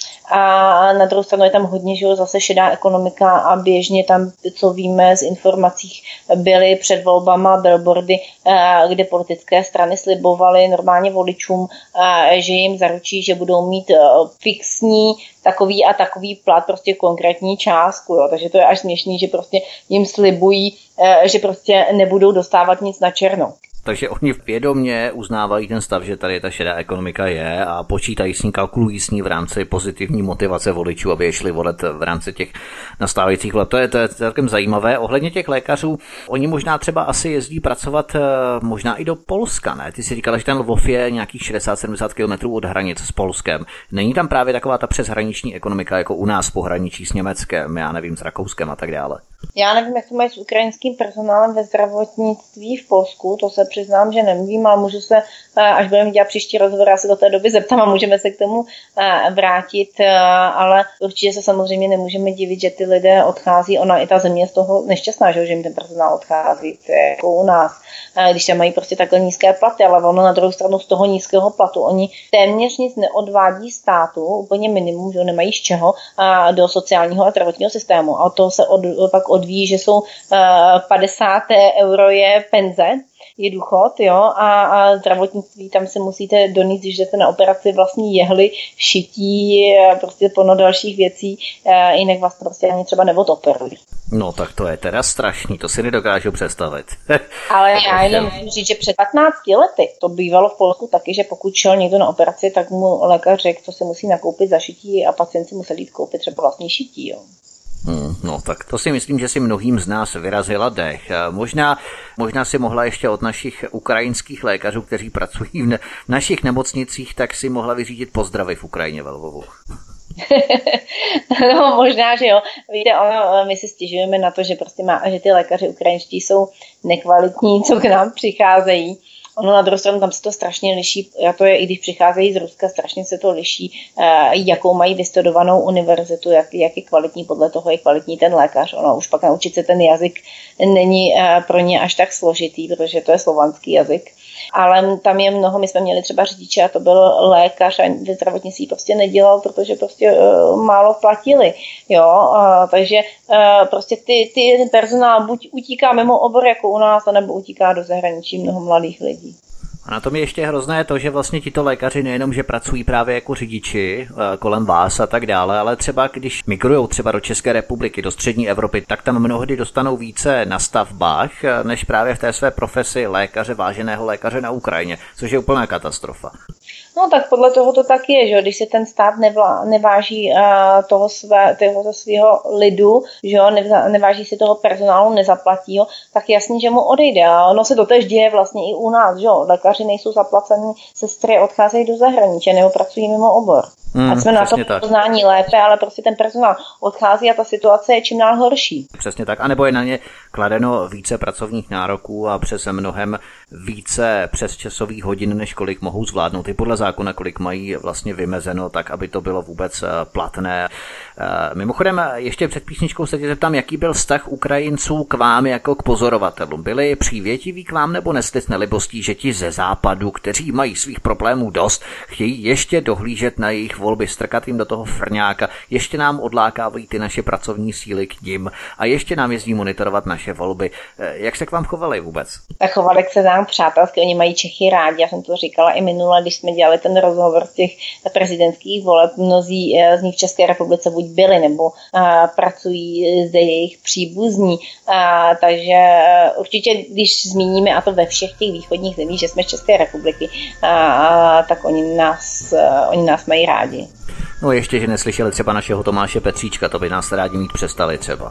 A na druhou stranu je tam hodně, že jo, zase šedá ekonomika a běžně tam, co víme z informacích, byly před volbama billboardy, kde politické strany slibovaly normálně voličům, že jim zaručí, že budou mít fixní takový a takový plat, prostě konkrétní částku, jo. Takže to je až směšný, že prostě jim slibují, že prostě nebudou dostávat nic na černo. Takže oni vědomě uznávají ten stav, že tady ta šedá ekonomika je a počítají s ní, kalkulují s ní v rámci pozitivní motivace voličů, aby je šli volit v rámci těch nastávajících let. To je celkem zajímavé. Ohledně těch lékařů, oni možná třeba asi jezdí pracovat možná i do Polska, ne? Ty si říkala, že ten Lvov je nějakých 60-70 kilometrů od hranic s Polskem. Není tam právě taková ta přeshraniční ekonomika jako u nás pohraničí s Německem, já nevím, s Rakouskem a tak dále? Já nevím, jak to mají s ukrajinským personálem ve zdravotnictví v Polsku, to se přiznám, že nevím, ale můžu se, až budeme dělat příští rozhovor, já se do té doby zeptám a můžeme se k tomu vrátit, ale určitě se samozřejmě nemůžeme divit, že ty lidé odchází, ona i ta země z toho nešťastná, že jim ten personál odchází, to je jako u nás, když tam mají prostě takhle nízké platy, ale ono na druhou stranu z toho nízkého platu, oni téměř nic neodvádí státu, úplně minimum, že nemají z čeho, do sociálního a zdravotního systému a to se pak odvíjí, že jsou 50 € je penze, je důchod, jo, a zdravotnictví, tam se musíte donést, když jdete na operaci vlastní jehly, šití, prostě plno dalších věcí, jinak vás prostě ani třeba neodoperují. No tak to je teda strašný, to si nedokážu představit. Ale já jenom musím říct, že před 15 lety to bývalo v Polsku taky, že pokud šel někdo na operaci, tak mu lékař řekl, co se musí nakoupit za šití a pacient si musel jít koupit třeba vlastní šití, jo. No tak to si myslím, že si mnohým z nás vyrazila dech. Možná si mohla ještě od našich ukrajinských lékařů, kteří pracují v našich nemocnicích, tak si mohla vyřídit pozdravy v Ukrajině ve Lvovu. No možná, že jo. Víte, my si stěžujeme na to, že prostě že ty lékaři ukrajinští jsou nekvalitní, co k nám přicházejí. Ono na druhou stranu tam se to strašně liší, a to je, i když přicházejí z Ruska, strašně se to liší, jakou mají vystudovanou univerzitu, jak je kvalitní, podle toho je kvalitní ten lékař. Ono už pak naučit se ten jazyk není pro ně až tak složitý, protože to je slovanský jazyk. Ale tam je mnoho, my jsme měli třeba řidiče a to byl lékař a ve zdravotnictví prostě nedělal, protože prostě málo platili, jo, takže prostě ty personál buď utíká mimo obor jako u nás, anebo utíká do zahraničí mnoho mladých lidí. A na tom je ještě hrozné to, že vlastně tito lékaři nejenom, že pracují právě jako řidiči kolem vás a tak dále, ale třeba když migrujou třeba do České republiky, do střední Evropy, tak tam mnohdy dostanou více na stavbách, než právě v té své profesi lékaře, váženého lékaře na Ukrajině, což je úplná katastrofa. No tak podle toho to tak je, že když se ten stát neváží toho svého lidu, že neváží si toho personálu, nezaplatí ho, tak jasně, že mu odejde. A ono se to tež děje vlastně i u nás, že lékaři nejsou zaplaceni, sestry odcházejí do zahraničí nebo pracují mimo obor. A jsme na to poznání lépe, ale prostě ten personál odchází a ta situace je čím dál horší. Přesně tak, anebo je na ně kladeno více pracovních nároků a přes mnohem více přesčasových hodin, než kolik mohou zvládnout. I podle zákona, kolik mají vlastně vymezeno, tak aby to bylo vůbec platné. Mimochodem, ještě před písničkou se tě zeptám, jaký byl vztah Ukrajinců k vám jako k pozorovatelům. Byli přívětiví k vám nebo nesli s nelibostí, že ti ze západu, kteří mají svých problémů dost, chtějí ještě dohlížet na jejich volby, strkat jim do toho frňáka, ještě nám odlákávají ty naše pracovní síly k nim a ještě nám jezdí monitorovat naše volby. Jak se k vám chovali vůbec? Tak chovali se nám přátelsky, oni mají Čechy rádi, já jsem to říkala i minule, když jsme dělali ten rozhovor z těch prezidentských voleb, mnozí z nich v České republice buď byli, nebo pracují zde jejich příbuzní, takže určitě, když zmíníme, a to ve všech těch východních zemích, že jsme z České republiky, tak oni nás mají rádi. No ještě, že neslyšeli třeba našeho Tomáše Petříčka, to by nás rádi mít přestali třeba.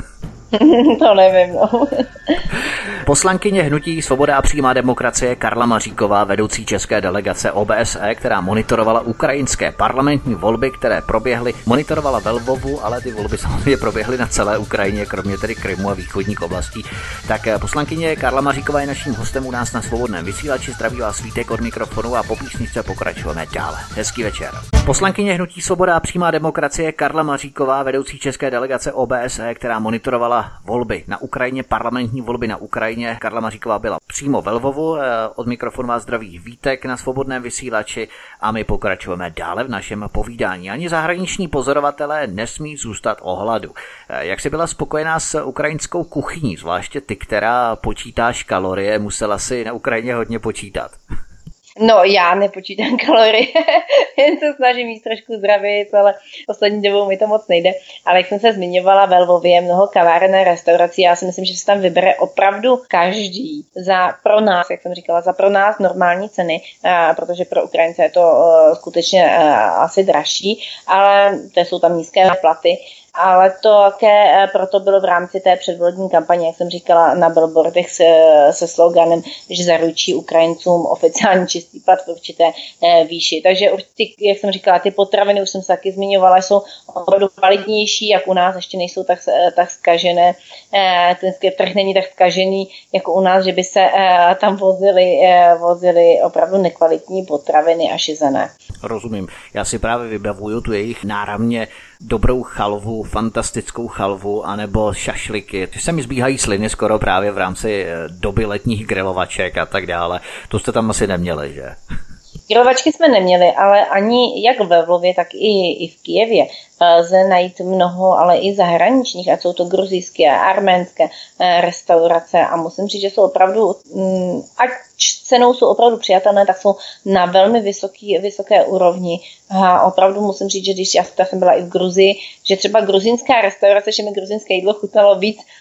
To nevím, no. Poslankyně hnutí Svoboda a přímá demokracie Karla Maříková, vedoucí české delegace OBSE, která monitorovala ukrajinské parlamentní volby, které proběhly, monitorovala ve Lvovu, ale ty volby samozřejmě proběhly na celé Ukrajině, kromě tedy Krymu a východních oblastí. Tak poslankyně Karla Maříková je naším hostem u nás na Svobodném vysílači. Zdraví vás Vítek od mikrofonu a po písničce pokračujeme dále. Hezký večer. Poslankyně hnutí Svoboda a přímá demokracie Karla Maříková, vedoucí české delegace OBSE, která monitorovala volby na Ukrajině, parlamentní volby na Ukrajině. Karla Maříková byla přímo ve Lvovu, od mikrofonu vás zdraví Vítek na Svobodném vysílači a my pokračujeme dále v našem povídání. Ani zahraniční pozorovatelé nesmí zůstat o hladu. Jak jsi byla spokojená s ukrajinskou kuchyní, zvláště ty, která počítáš kalorie, musela si na Ukrajině hodně počítat? No, já nepočítám kalorie, jen se snažím jíst trošku zdravě, ale poslední dobou mi to moc nejde. Ale jak jsem se zmiňovala, ve Lvově je mnoho kaváren a restaurací, já si myslím, že se tam vybere opravdu každý za pro nás, jak jsem říkala, za pro nás normální ceny, protože pro Ukrajince je to skutečně asi dražší, ale to jsou tam nízké platy. Ale to také proto bylo v rámci té předvolební kampaně, jak jsem říkala, na billboardech se sloganem, že zaručí Ukrajincům oficiální čistý plat v určité výši. Takže jak jsem říkala, ty potraviny, už jsem se taky zmiňovala, jsou opravdu kvalitnější, jak u nás, ještě nejsou tak zkažené. Ten trh není tak zkažený, jako u nás, že by se tam vozily opravdu nekvalitní potraviny a šizené. Rozumím. Já si právě vybavuju tu jejich náramně dobrou chalvu, fantastickou chalvu, anebo šašliky. Ty se mi zbíhají sliny skoro právě v rámci doby letních grilovaček a tak dále. To jste tam asi neměli, že? Grilovačky jsme neměli, ale ani jak ve Lvově, tak i v Kyjevě lze najít mnoho, ale i zahraničních, ať jsou to gruzijské a arménské restaurace a musím říct, že jsou opravdu, ať cenou jsou opravdu přijatelné, tak jsou na velmi vysoké úrovni. A opravdu musím říct, že když já jsem byla i v Gruzii, že třeba gruzínská restaurace, že mi gruzínské jídlo chutnalo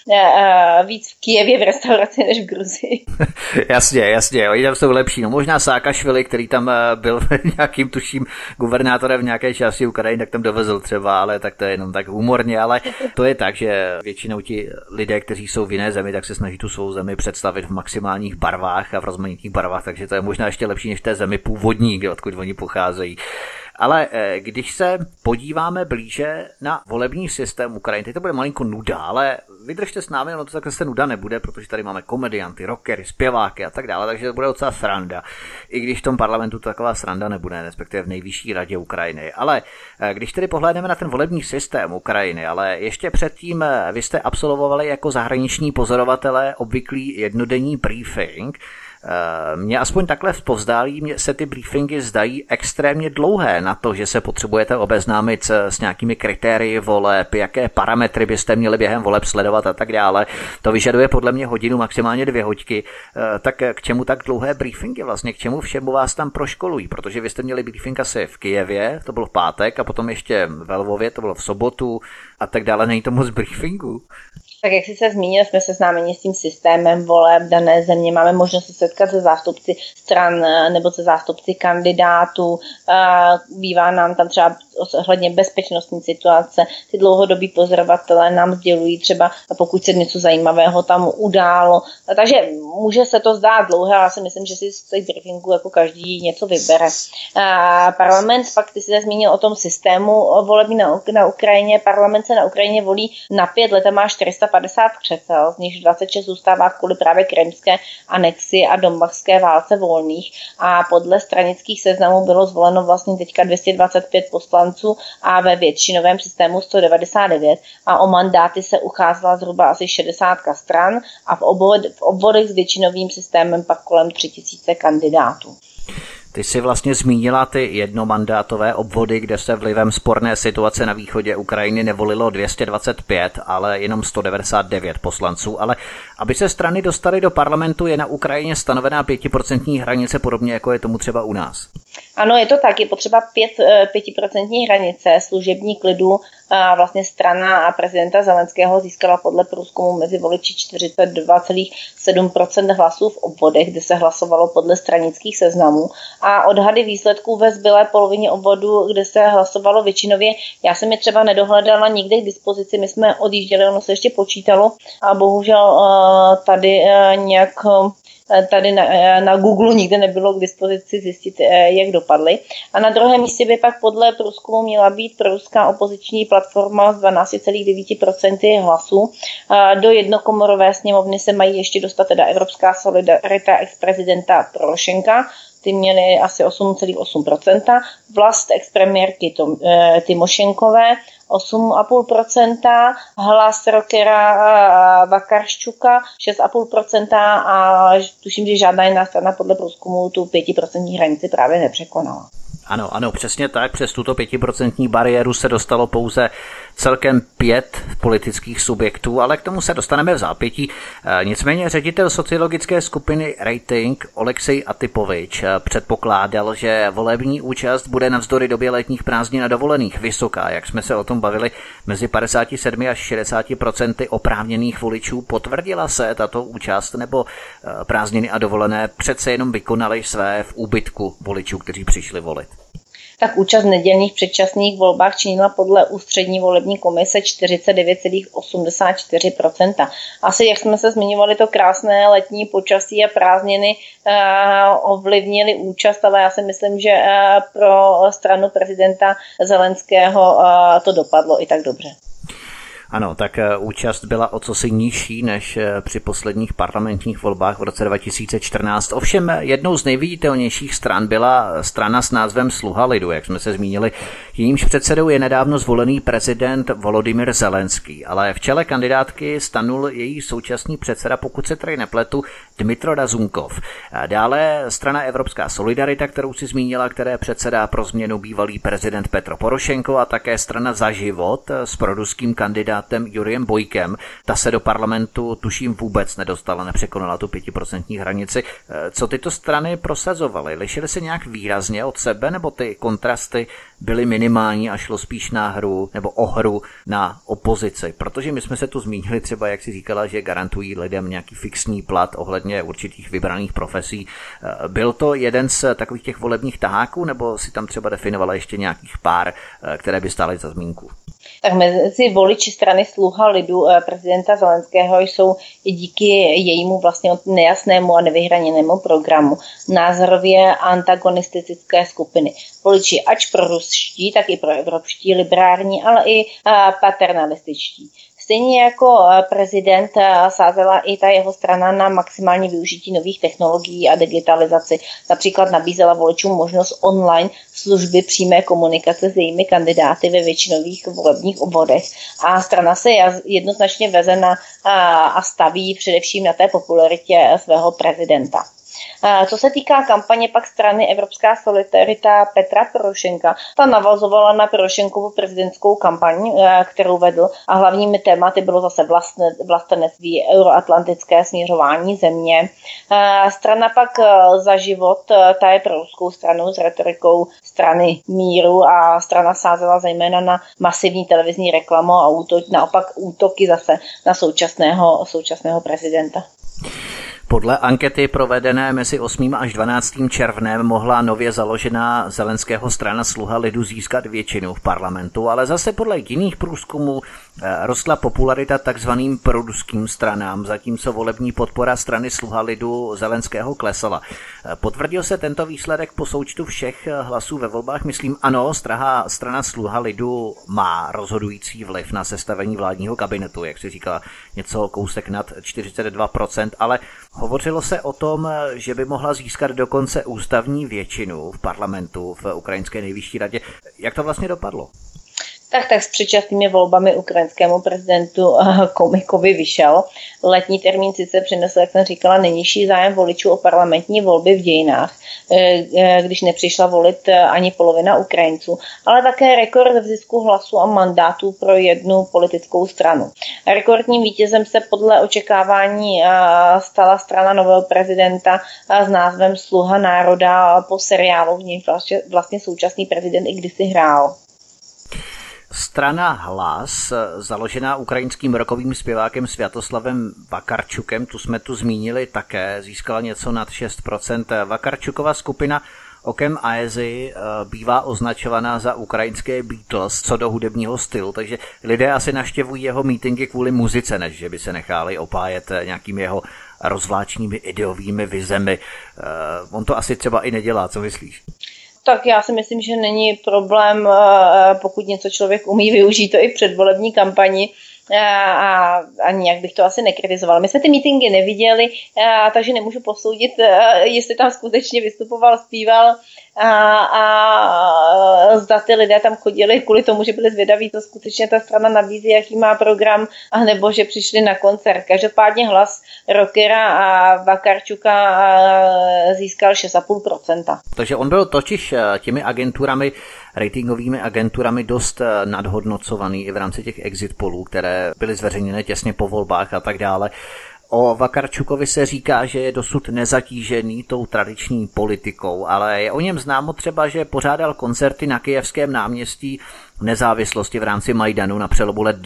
víc v Kyjevě v restauraci než v Gruzii. Jasně, oni tam jsou lepší. No možná Sákašvili, který tam byl nějakým tuším guvernátorem v nějaké části Ukrajiny, tak tam dovezl třeba, ale tak to je jenom tak humorně, ale to je tak, že většinou ti lidé, kteří jsou v jiné zemi, tak se snaží tu svou zemi představit v maximálních barvách a v rozmanitých barvách, takže to je možná ještě lepší než té zemi původní, odkud oni pocházejí. Ale když se podíváme blíže na volební systém Ukrajiny, teď to bude malinko nuda, ale vydržte s námi, no to takhle se nuda nebude, protože tady máme komedianty, rockery, zpěváky a tak dále, takže to bude docela sranda. I když v tom parlamentu to taková sranda nebude, respektive v nejvyšší radě Ukrajiny. Ale když tedy pohlédneme na ten volební systém Ukrajiny, ale ještě předtím vy jste absolvovali jako zahraniční pozorovatelé obvyklý jednodenní briefing. Mně aspoň takhle v povzdálí se ty briefingy zdají extrémně dlouhé na to, že se potřebujete obeznámit s nějakými kritérii voleb, jaké parametry byste měli během voleb sledovat a tak dále. To vyžaduje podle mě hodinu, maximálně 2 hodiny. Tak k čemu tak dlouhé briefingy vlastně, k čemu všemu vás tam proškolují? Protože vy jste měli briefing asi v Kyjevě, to bylo v pátek, a potom ještě ve Lvově, to bylo v sobotu a tak dále. Není to moc briefingu? Tak jak jsi se zmínil, jsme seznámeni s tím systémem voleb dané země, máme možnost se setkat se zástupci stran nebo se zástupci kandidátů, bývá nám tam třeba ohledně bezpečnostní situace, ty dlouhodobí pozorovatelé nám sdělují třeba, pokud se něco zajímavého tam událo, takže může se to zdát dlouhé, ale já si myslím, že si z těch briefingů jako každý něco vybere. Parlament, pak ty jsi se zmínil o tom systému volební na Ukrajině, parlament se na Ukrajině volí na 5 let, má 450 křesel, z nichž 26 zůstává kvůli právě krymské anexi a donbaské válce volných a podle stranických seznamů bylo zvoleno vlastně teďka 225 poslanců a ve většinovém systému 199 a o mandáty se ucházela zhruba asi 60 stran a v obvodech s většinovým systémem pak kolem 3000 kandidátů. Ty jsi vlastně zmínila ty jednomandátové obvody, kde se vlivem sporné situace na východě Ukrajiny nevolilo 225, ale jenom 199 poslanců. Ale aby se strany dostaly do parlamentu, je na Ukrajině stanovená 5% hranice, podobně jako je tomu třeba u nás. Ano, je to tak, je potřeba 5% hranice služební klidu. Vlastně strana prezidenta Zelenského získala podle průzkumu mezi voliči 42,7% hlasů v obvodech, kde se hlasovalo podle stranických seznamů a odhady výsledků ve zbylé polovině obvodu, kde se hlasovalo většinově. Já jsem je třeba nedohledala nikde k dispozici, my jsme odjížděli, ono se ještě počítalo a bohužel tady na Google nikde nebylo k dispozici zjistit, jak dopadly. A na druhém místě by pak podle průzkumu měla být proruská opoziční platforma s 12,9% hlasů. Do jednokomorové sněmovny se mají ještě dostat teda Evropská solidarita ex-prezidenta Porošenka, ty měly asi 8,8%, vlast ex-premiérky Tymošenkové 8,5%, hlas rockera Vakarščuka 6,5% a tuším, že žádná jiná strana podle průzkumu tu 5% hranici právě nepřekonala. Ano, přesně tak. Přes tuto 5% bariéru se dostalo pouze celkem 5 politických subjektů, ale k tomu se dostaneme v zápětí. Nicméně ředitel sociologické skupiny Rating Oleksej Atipovič předpokládal, že volební účast bude navzdory době letních prázdnin a dovolených vysoká, jak jsme se o tom bavili, mezi 57 až 60% oprávněných voličů. Potvrdila se tato účast, nebo prázdniny a dovolené přece jenom vykonaly své v úbytku voličů, kteří přišli volit? Tak účast v nedělních předčasných volbách činila podle ústřední volební komise 49,84%. Asi, jak jsme se zmiňovali, to krásné letní počasí a prázdniny ovlivnily účast, ale já si myslím, že pro stranu prezidenta Zelenského to dopadlo i tak dobře. Ano, tak účast byla o cosi nižší než při posledních parlamentních volbách v roce 2014. Ovšem jednou z nejviditelnějších stran byla strana s názvem Sluha lidu, jak jsme se zmínili. Jejímž předsedou je nedávno zvolený prezident Volodymyr Zelenský, ale v čele kandidátky stanul její současný předseda, pokud se tady nepletu, Dmytro Razunkov. Dále strana Evropská solidarita, kterou si zmínila, které předsedá pro změnu bývalý prezident Petro Porošenko, a také strana Za život s proruským kandidátem Jurijem Bojkem. Ta se do parlamentu tuším vůbec nedostala, nepřekonala tu 5% hranici. Co tyto strany prosazovaly? Lišily se nějak výrazně od sebe, nebo ty kontrasty byly minimální a šlo spíš na hru nebo o hru na opozici? Protože my jsme se tu zmínili třeba, jak si říkala, že garantují lidem nějaký fixní plat ohledně určitých vybraných profesí. Byl to jeden z takových těch volebních taháků, nebo si tam třeba definovala ještě nějakých pár, které by stály za zmínku? Tak mezi voliči strany Sluha lidu prezidenta Zelenského jsou i díky jejímu vlastně nejasnému a nevyhraněnému programu názorově antagonistické skupiny. Voliči ač pro ruští, tak i pro evropští, liberální, ale i paternalističtí. Stejně jako prezident sázela i ta jeho strana na maximální využití nových technologií a digitalizaci. Například nabízela voličům možnost online služby přímé komunikace s jejími kandidáty ve většinových volebních obvodech. A strana se jednoznačně veze a staví především na té popularitě svého prezidenta. Co se týká kampaně pak strany Evropská solidarita Petra Porošenka, ta navazovala na Porošenkovu prezidentskou kampaň, kterou vedl, a hlavními tématy bylo zase vlastenectví, euroatlantické směřování země. Strana pak Za život, ta je proruskou stranou s retorikou strany míru a strana sázela zejména na masivní televizní reklamu a naopak útoky zase na současného prezidenta. Podle ankety provedené mezi 8. až 12. červnem mohla nově založená Zelenského strana Sluha lidu získat většinu v parlamentu, ale zase podle jiných průzkumů rostla popularita takzvaným proruským stranám, zatímco volební podpora strany Sluha lidu Zelenského klesala. Potvrdil se tento výsledek po součtu všech hlasů ve volbách? Myslím, ano, strana Sluha lidu má rozhodující vliv na sestavení vládního kabinetu, jak si říkala, něco kousek nad 42%, ale hovořilo se o tom, že by mohla získat dokonce ústavní většinu v parlamentu v ukrajinské nejvyšší radě. Jak to vlastně dopadlo? Tak s předčasnými volbami ukrajinskému prezidentu Komikovi vyšel. Letní termín sice přinesl, jak jsem říkala, nejnižší zájem voličů o parlamentní volby v dějinách, když nepřišla volit ani polovina Ukrajinců, ale také rekord v zisku hlasů a mandátů pro jednu politickou stranu. Rekordním vítězem se podle očekávání stala strana nového prezidenta s názvem Sluha národa po seriálu, v něm vlastně současný prezident i kdysi hrál. Strana Hlas, založená ukrajinským rockovým zpěvákem Sviatoslavem Vakarčukem, tu jsme tu zmínili také, získala něco nad 6%. Vakarčukova skupina Okem Aezy bývá označovaná za ukrajinské Beatles co do hudebního stylu, takže lidé asi navštěvují jeho mítinky kvůli muzice, než že by se nechali opájet nějakými jeho rozvláčnými ideovými vizemi. On to asi třeba i nedělá, co myslíš? Tak já si myslím, že není problém, pokud něco člověk umí využít to i v předvolební kampani, a nijak bych to asi nekritizovala. My jsme ty mítinky neviděli, takže nemůžu posoudit, jestli tam skutečně vystupoval, zpíval a zda ty lidé tam chodili kvůli tomu, že byli zvědaví, co skutečně ta strana nabízí, jaký má program, nebo že přišli na koncert. Každopádně hlas rockera a Vakarčuka získal 6,5%. Takže on byl totiž těmi agenturami, ratingovými agenturami dost nadhodnocovaný i v rámci těch exit pollů, které byly zveřejněné těsně po volbách a tak dále. O Vakarčukovi se říká, že je dosud nezatížený tou tradiční politikou, ale je o něm známo třeba, že pořádal koncerty na Kyjevském náměstí nezávislosti v rámci Majdanu na přelomu let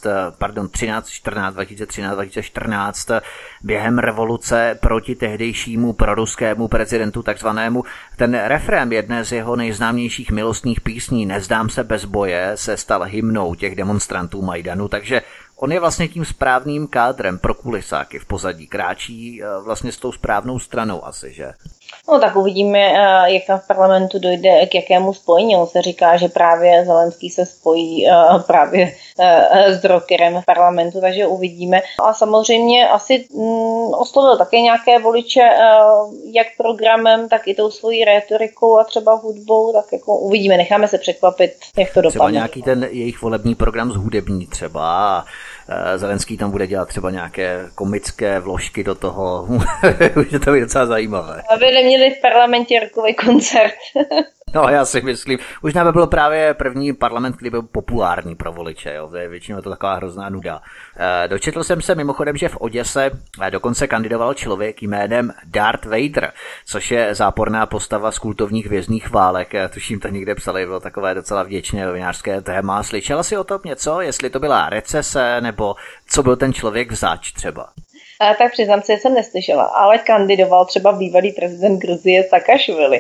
2014 během revoluce proti tehdejšímu proruskému prezidentu takzvanému. Ten refrén jedné z jeho nejznámějších milostných písní Nezdám se bez boje se stal hymnou těch demonstrantů Majdanu, takže on je vlastně tím správným kádrem pro kulisáky v pozadí, kráčí vlastně s tou správnou stranou asi, že? No tak uvidíme, jak tam v parlamentu dojde k jakému spojení. On se říká, že právě Zelenský se spojí právě s rockerem v parlamentu, takže uvidíme. A samozřejmě asi oslovil také nějaké voliče, jak programem, tak i tou svojí rétorikou a třeba hudbou, tak jako uvidíme, necháme se překvapit, jak to dopadne. Třeba nějaký ten jejich volební program zhudební třeba. Zelenský tam bude dělat třeba nějaké komické vložky do toho. Že to je docela zajímavé. Aby neměli v parlamentě rockový koncert. No, já si myslím, už by byl právě první parlament, který byl populární pro voliče, jo. Většinou je to taková hrozná nuda. Dočetl jsem se mimochodem, že v Oděse dokonce kandidoval člověk jménem Darth Vader, což je záporná postava z kultovních vězných válek. Tuším, to někde psali, bylo takové docela vděčné novinářské téma. Slyšela jsi o tom něco, jestli to byla recese, nebo co byl ten člověk vzač třeba? Tak přiznám se, jsem neslyšela, ale kandidoval třeba bývalý prezident Gruzie Saakašvili.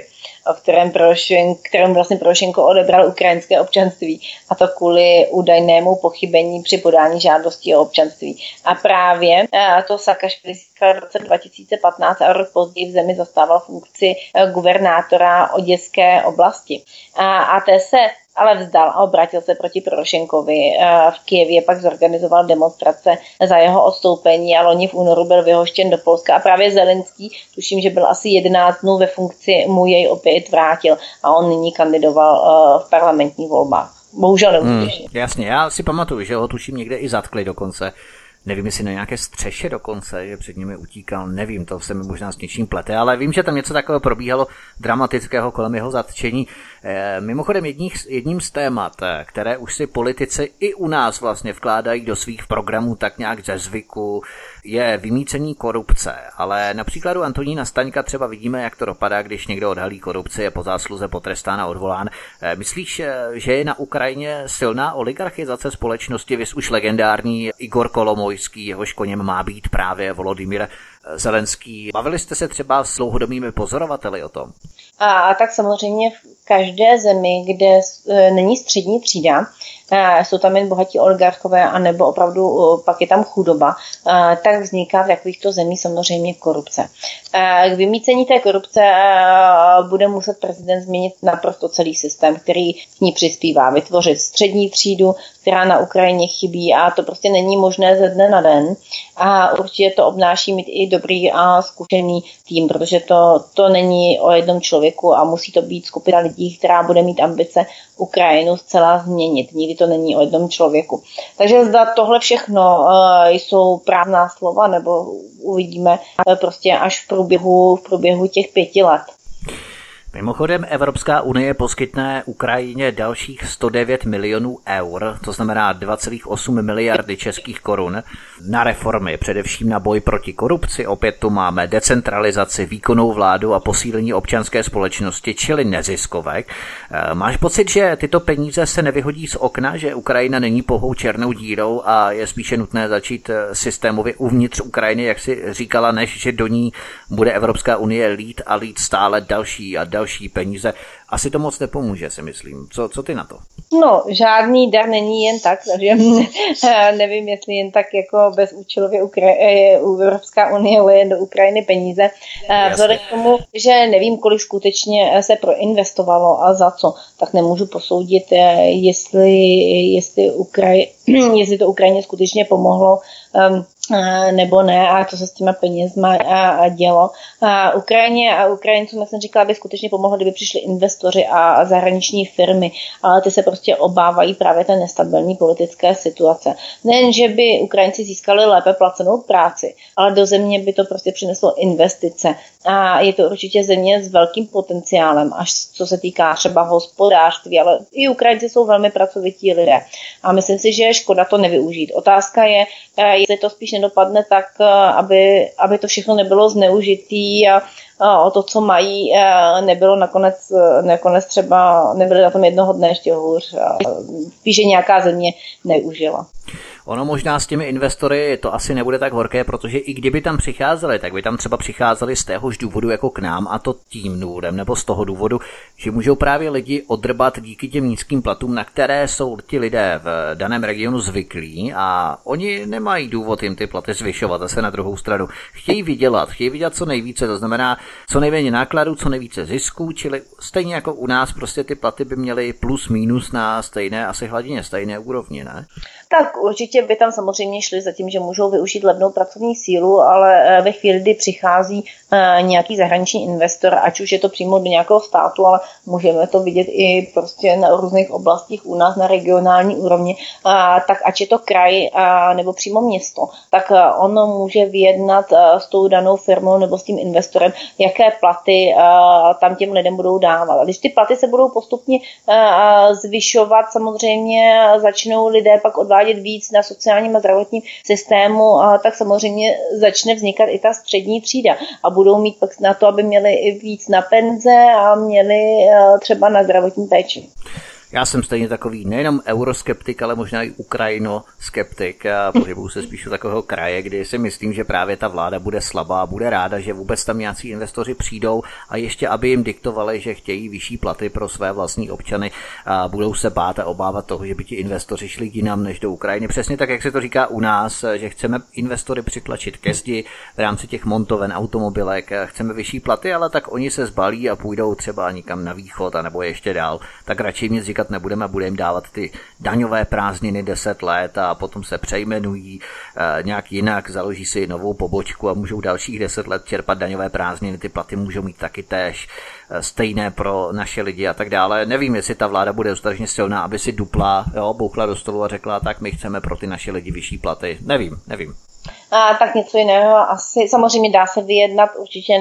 kterému vlastně Porošenko odebral ukrajinské občanství, a to kvůli údajnému pochybení při podání žádosti o občanství. A právě to Saakašvili získal v roce 2015 a rok později v zemi zastával funkci guvernátora Oděské oblasti. A té se ale vzdal a obrátil se proti Porošenkovi. V Kyjevě pak zorganizoval demonstrace za jeho odstoupení a loni v únoru byl vyhoštěn do Polska a právě Zelenský, tuším, že byl asi 11 dnů ve funkci, mu jej opět vrátil a on nyní kandidoval v parlamentních volbách. Bohužel neúspěšně. Jasně, já si pamatuju, že ho tuším někde i zatkli dokonce. Nevím, jestli na nějaké střeše dokonce, že před nimi utíkal, nevím, to se mi možná s něčím plete, ale vím, že tam něco takového probíhalo dramatického kolem jeho zatčení. Mimochodem jedním z témat, které už si politici i u nás vlastně vkládají do svých programů tak nějak ze zvyku, je vymýcení korupce. Ale na příkladu Antonína Staňka třeba vidíme, jak to dopadá, když někdo odhalí korupci, je po zásluze potrestán a odvolán. Myslíš, že je na Ukrajině silná oligarchizace společnosti, viz už legendární Igor Kolomojský, jehož koněm má být právě Volodymyr Zelenský. Bavili jste se třeba s dlouhodobými pozorovateli o tom? A tak samozřejmě v každé zemi, kde není střední třída, jsou tam jen bohatí oligarchové, anebo opravdu pak je tam chudoba, tak vzniká v takovýchto zemích samozřejmě korupce. K vymýcení té korupce bude muset prezident změnit naprosto celý systém, který k ní přispívá, vytvořit střední třídu, která na Ukrajině chybí, a to prostě není možné ze dne na den. A určitě to obnáší mít i dobrý a zkušený tým, protože to není o jednom člověku a musí to být skupina lidí, která bude mít ambice Ukrajinu zcela změnit. Nikdy to není o jednom člověku. Takže zda tohle všechno jsou prázdná slova, nebo uvidíme prostě až v průběhu těch 5 let. Mimochodem Evropská unie poskytne Ukrajině dalších 109 milionů eur, to znamená 2,8 miliardy českých korun, na reformy, především na boj proti korupci. Opět tu máme decentralizaci, výkonnou vládu a posílení občanské společnosti, čili neziskovek. Máš pocit, že tyto peníze se nevyhodí z okna, že Ukrajina není pouhou černou dírou a je spíše nutné začít systémově uvnitř Ukrajiny, jak si říkala, než že do ní bude Evropská unie lít stále další a další peníze? Asi to moc nepomůže, si myslím. Co ty na to? No, žádný dar není jen tak, takže nevím, jestli jen tak jako bezúčelově Evropská unie leje do Ukrajiny peníze. Vzhledem k tomu, že nevím, kolik skutečně se proinvestovalo a za co, tak nemůžu posoudit, jestli to Ukrajině skutečně pomohlo nebo ne, a co se s těma penězma dělo. Ukrajině a Ukrajincům, jak jsem říkala, by skutečně pomohlo, kdyby přišli investoři a zahraniční firmy, ale ty se prostě obávají právě té nestabilní politické situace. Nejen, že by Ukrajinci získali lépe placenou práci, ale do země by to prostě přineslo investice. A je to určitě země s velkým potenciálem, až co se týká třeba hospodářství, ale i Ukrajinci jsou velmi pracovití lidé. A myslím si, že je škoda to nevyužít. Otázka je, jestli to spíš nedopadne tak, aby to všechno nebylo zneužitý a o to, co mají, nebylo nakonec třeba, nebyly na tom jednoho dne ještě hůř. Spíše nějaká země neužila. Ono možná s těmi investory to asi nebude tak horké, protože i kdyby tam přicházeli, tak by tam třeba přicházeli z téhož důvodu jako k nám, a to tím důvodem, nebo z toho důvodu, že můžou právě lidi odrbat díky těm nízkým platům, na které jsou ti lidé v daném regionu zvyklí, a oni nemají důvod jim ty platy zvyšovat. Zase na druhou stranu chtějí vydělat co nejvíce, to znamená co nejméně nákladů, co nejvíce zisků, čili stejně jako u nás prostě ty platy by měly plus minus na stejné asi hladině, stejné úrovni, ne? Tak určitě by tam samozřejmě šli za tím, že můžou využít levnou pracovní sílu, ale ve chvíli, kdy přichází nějaký zahraniční investor, ať už je to přímo do nějakého státu, ale můžeme to vidět i prostě na různých oblastích u nás na regionální úrovni, tak ať je to kraj nebo přímo město, tak ono může vyjednat s tou danou firmou nebo s tím investorem, jaké platy tam těm lidem budou dávat. A když ty platy se budou postupně zvyšovat, samozřejmě začnou lidé pak odvádět víc na sociálním a zdravotním systému, tak samozřejmě začne vznikat i ta střední třída a budou mít pak na to, aby měli i víc na penze a měli třeba na zdravotní péči. Já jsem stejně takový nejenom euroskeptik, ale možná i ukrajinoskeptik a pohybuju se spíš do takového kraje, kdy si myslím, že právě ta vláda bude slabá, bude ráda, že vůbec tam nějací investoři přijdou a ještě aby jim diktovali, že chtějí vyšší platy pro své vlastní občany a budou se bát a obávat toho, že by ti investoři šli jinam než do Ukrajiny. Přesně tak, jak se to říká u nás, že chceme investory přitlačit ke zdi v rámci těch montoven, automobilek, chceme vyšší platy, ale tak oni se zbalí a půjdou třeba nikam na východ a nebo ještě dál. Tak radši nic říkat nebudeme, budeme jim dávat ty daňové prázdniny 10 let a potom se přejmenují nějak jinak, založí si novou pobočku a můžou dalších 10 let čerpat daňové prázdniny, ty platy můžou mít taky též stejné pro naše lidi a tak dále. Nevím, jestli ta vláda bude dostatečně silná, aby si dupla, bouchla do stolu a řekla, tak my chceme pro ty naše lidi vyšší platy. Nevím. Tak něco jiného asi, samozřejmě dá se vyjednat, určitě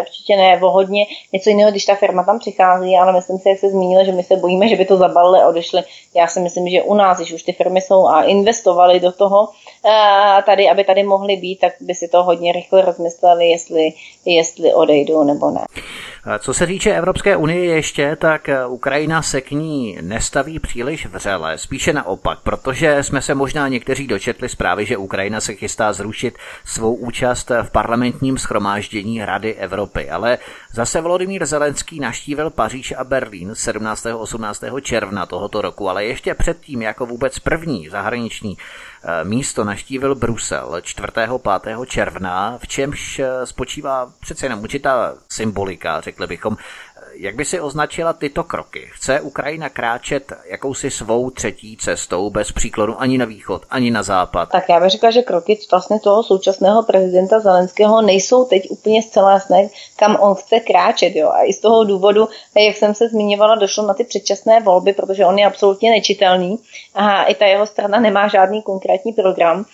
ne o hodně, něco jiného, když ta firma tam přichází, ale myslím si, jak se zmínilo, že my se bojíme, že by to zabalili a odešli. Já si myslím, že u nás, když už ty firmy jsou a investovali do toho, tady, aby tady mohly být, tak by si to hodně rychle rozmysleli, jestli odejdou nebo ne. Co se týče Evropské unie ještě, tak Ukrajina se k ní nestaví příliš vřele, spíše naopak, protože jsme se možná někteří dočetli zprávy, že Ukrajina se chystá zrušit svou účast v parlamentním shromáždění Rady Evropy, ale zase Volodymyr Zelenský navštívil Paříž a Berlín 17. a 18. června tohoto roku, ale ještě předtím jako vůbec první zahraniční místo navštívil Brusel 4. 5. června, v čemž spočívá přece jenom určitá symbolika, řekli bychom. Jak by si označila tyto kroky? Chce Ukrajina kráčet jakousi svou třetí cestou bez příklonu ani na východ, ani na západ? Tak já bych řekla, že kroky vlastně toho současného prezidenta Zelenského nejsou teď úplně zcela jasné, kam on chce kráčet. Jo? A i z toho důvodu, jak jsem se zmiňovala, došlo na ty předčasné volby, protože on je absolutně nečitelný a i ta jeho strana nemá žádný konkrétní program.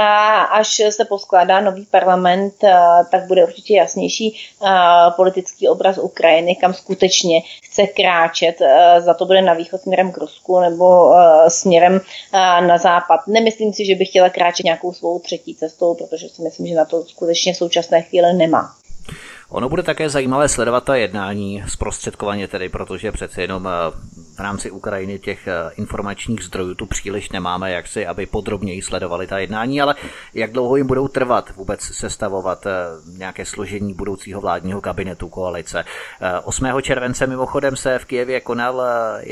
Až se poskládá nový parlament, tak bude určitě jasnější politický obraz Ukrajiny, kam skutečně chce kráčet, za to bude na východ směrem k Rusku nebo směrem na západ. Nemyslím si, že by chtěla kráčet nějakou svou třetí cestou, protože si myslím, že na to skutečně v současné chvíli nemá. Ono bude také zajímavé sledovat ta jednání zprostředkovaně tedy, protože přece jenom v rámci Ukrajiny těch informačních zdrojů tu příliš nemáme, jak si, aby podrobněji sledovali ta jednání, ale jak dlouho jim budou trvat vůbec sestavovat nějaké složení budoucího vládního kabinetu koalice. 8. července mimochodem se v Kyjevě konal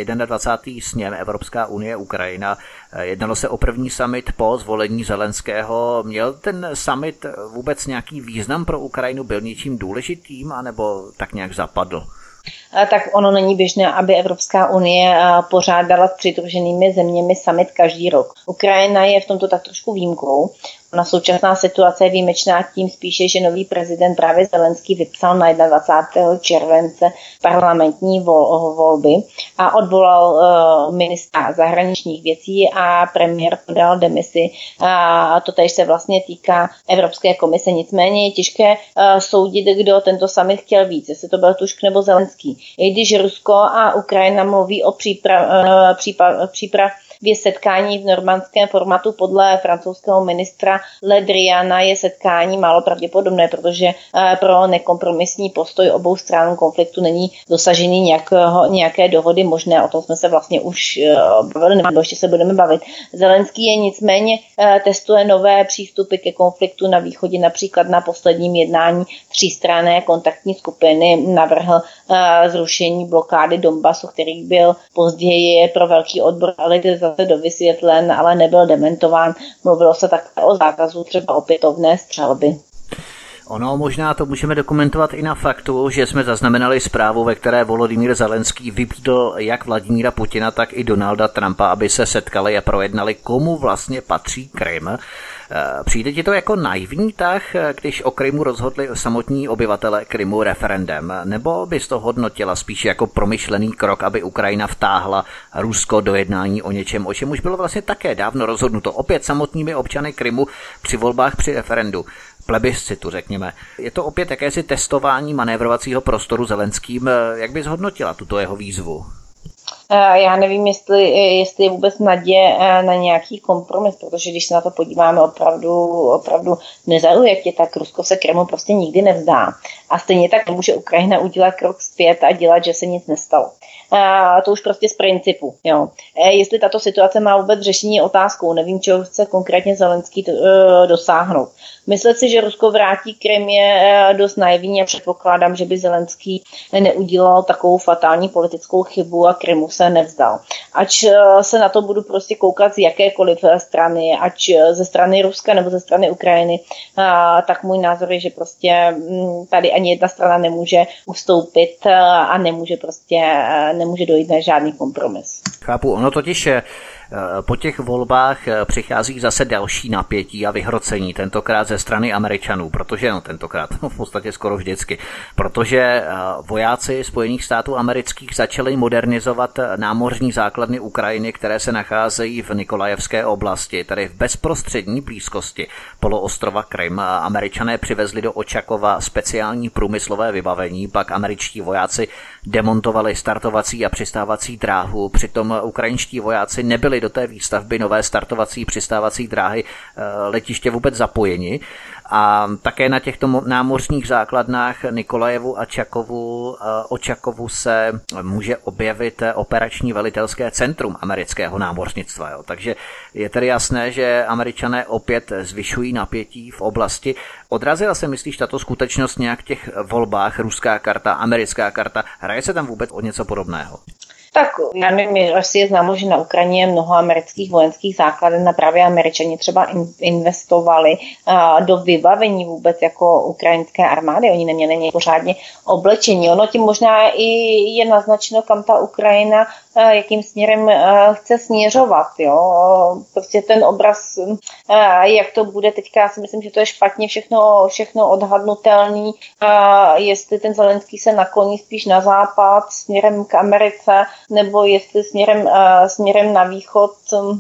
21. sněm Evropská unie Ukrajina. Jednalo se o první summit po zvolení Zelenského. Měl ten summit vůbec nějaký význam pro Ukrajinu? Byl něčím důležitým, anebo tak nějak zapadl? Tak ono není běžné, aby Evropská unie pořádala s přidruženými zeměmi summit každý rok. Ukrajina je v tomto tak trošku výjimkou. Na současná situace je výjimečná tím spíše, že nový prezident právě Zelenský vypsal na 21. července parlamentní volby a odvolal ministra zahraničních věcí a premiér podal demisi. A to též se vlastně týká Evropské komise. Nicméně je těžké soudit, kdo tento summit chtěl víc, jestli to byl Tusk nebo Zelenský. I když Rusko a Ukrajina mluví o přípravě setkání v normandském formátu, podle francouzského ministra Le Driana je setkání málo pravděpodobné, protože pro nekompromisní postoj obou stran konfliktu není dosažení nějaké dohody možné. O tom jsme se vlastně už bavili, nebo ještě se budeme bavit. Zelenský je nicméně testuje nové přístupy ke konfliktu na východě, například na posledním jednání třístranné kontaktní skupiny navrhl zrušení blokády Donbasu, který byl později pro velký odbor zase dovysvětlen, ale nebyl dementován. Mluvilo se také o zákazu třeba opětovné střelby. Ono možná to můžeme dokumentovat i na faktu, že jsme zaznamenali zprávu, ve které Volodymyr Zelenský vybídl jak Vladimíra Putina, tak i Donalda Trumpa, aby se setkali a projednali, komu vlastně patří Krym. Přijde ti to jako naivní tah, když o Krymu rozhodli samotní obyvatele Krymu referendem, nebo bys to hodnotila spíš jako promyšlený krok, aby Ukrajina vtáhla Rusko do jednání o něčem, o čem už bylo vlastně také dávno rozhodnuto, opět samotnými občany Krymu při volbách při referendu? Plebiscitu, řekněme. Je to opět jakési testování manévrovacího prostoru Zelenským. Jak bys hodnotila tuto jeho výzvu? Já nevím, jestli je vůbec naděje na nějaký kompromis, protože když se na to podíváme opravdu nezaujatě, tak Rusko se Krymu prostě nikdy nevzdá. A stejně tak nemůže Ukrajina udělat krok zpět a dělat, že se nic nestalo. To už prostě z principu. Jo. Jestli tato situace má vůbec řešení otázkou, nevím, čeho chce konkrétně Zelenský dosáhnout. Myslet si, že Rusko vrátí Krym je dost naivní a předpokládám, že by Zelenský neudělal takovou fatální politickou chybu a Krymu se nevzdal. Ač se na to budu prostě koukat z jakékoliv strany, ať ze strany Ruska nebo ze strany Ukrajiny, tak můj názor je, že prostě tady ani jedna strana nemůže ustoupit a nemůže dojít na žádný kompromis. Chápu, ono totiž po těch volbách přichází zase další napětí a vyhrocení, tentokrát ze strany Američanů, v podstatě skoro vždycky, protože vojáci Spojených států amerických začali modernizovat námořní základny Ukrajiny, které se nacházejí v Nikolajevské oblasti, tedy v bezprostřední blízkosti poloostrova Krym. Američané přivezli do Očakova speciální průmyslové vybavení, pak američtí vojáci demontovali startovací a přistávací dráhu, přitom ukrajinští vojáci nebyli do té výstavby nové startovací přistávací dráhy letiště vůbec zapojeni. A také na těchto námořních základnách Nikolajevu a Očakovu se může objevit operační velitelské centrum amerického námořnictva. Jo. Takže je tedy jasné, že Američané opět zvyšují napětí v oblasti. Odrazila se, myslíš, tato skutečnost nějak v těch volbách, ruská karta, americká karta? Hraje se tam vůbec o něco podobného? Tak já nevím, asi je známo, že na Ukrajině je mnoho amerických vojenských základen a právě Američani třeba investovali do vybavení vůbec jako ukrajinské armády. Oni neměli pořádně oblečení. Ono tím možná i je naznačeno, kam ta Ukrajina, jakým směrem chce směřovat. Jo? Prostě ten obraz, jak to bude teďka, já si myslím, že to je špatně všechno odhadnutelný. Jestli ten Zelenský se nakloní spíš na západ, směrem k Americe, nebo jestli směrem na východ.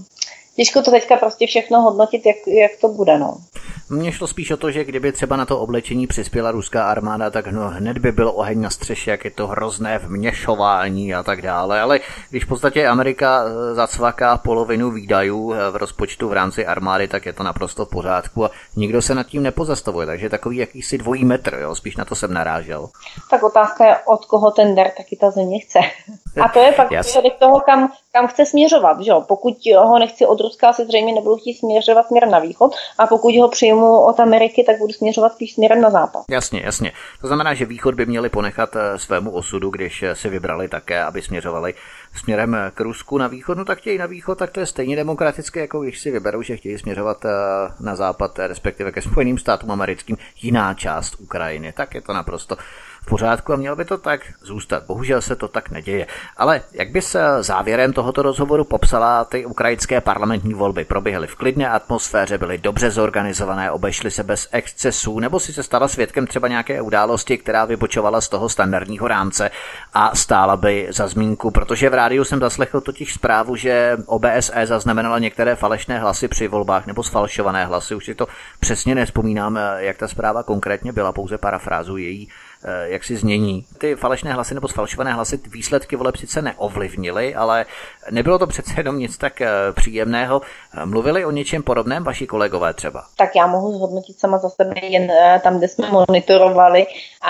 Těžko to teďka prostě všechno hodnotit, jak to bude. No. Mně šlo spíš o to, že kdyby třeba na to oblečení přispěla ruská armáda, tak hned by byl oheň na střeše, jak je to hrozné vměšování a tak dále. Ale když v podstatě Amerika zacvaká polovinu výdajů v rozpočtu v rámci armády, tak je to naprosto v pořádku a nikdo se nad tím nepozastavuje. Takže takový jakýsi dvojí metr, jo? Spíš na to jsem narážel. Tak otázka je, od koho ten dar taky ta země chce. A to je fakt výsledek toho, kam chce směřovat. Že? Pokud ho nechci od Ruska, asi zřejmě nebudu chtít směřovat směrem na východ, a pokud ho přijmu od Ameriky, tak budu směřovat spíš směrem na západ. Jasně. To znamená, že východ by měli ponechat svému osudu, když si vybrali také, aby směřovali směrem k Rusku na východ. No tak chtějí na východ, tak to je stejně demokratické, jako když si vyberou, že chtějí směřovat na západ, respektive ke Spojeným státům americkým, jiná část Ukrajiny. Tak je to naprosto v pořádku a mělo by to tak zůstat. Bohužel se to tak neděje. Ale jak bys závěrem tohoto rozhovoru popsala, ty ukrajinské parlamentní volby proběhly v klidné atmosféře, byly dobře zorganizované, obešly se bez excesů, nebo si se stala svědkem třeba nějaké události, která vybočovala z toho standardního rámce a stála by za zmínku, protože v rádiu jsem zaslechl totiž zprávu, že OBSE zaznamenala některé falešné hlasy při volbách nebo sfalšované hlasy. Už si to přesně nevzpomínám, jak ta zpráva konkrétně byla, pouze parafrázuji její jak si znění. Ty falešné hlasy nebo sfalšované hlasy výsledky voleb sice neovlivnily, ale nebylo to přece jenom nic tak příjemného. Mluvili o něčem podobném vaši kolegové třeba? Tak já mohu zhodnotit sama za sebe jen tam, kde jsme monitorovali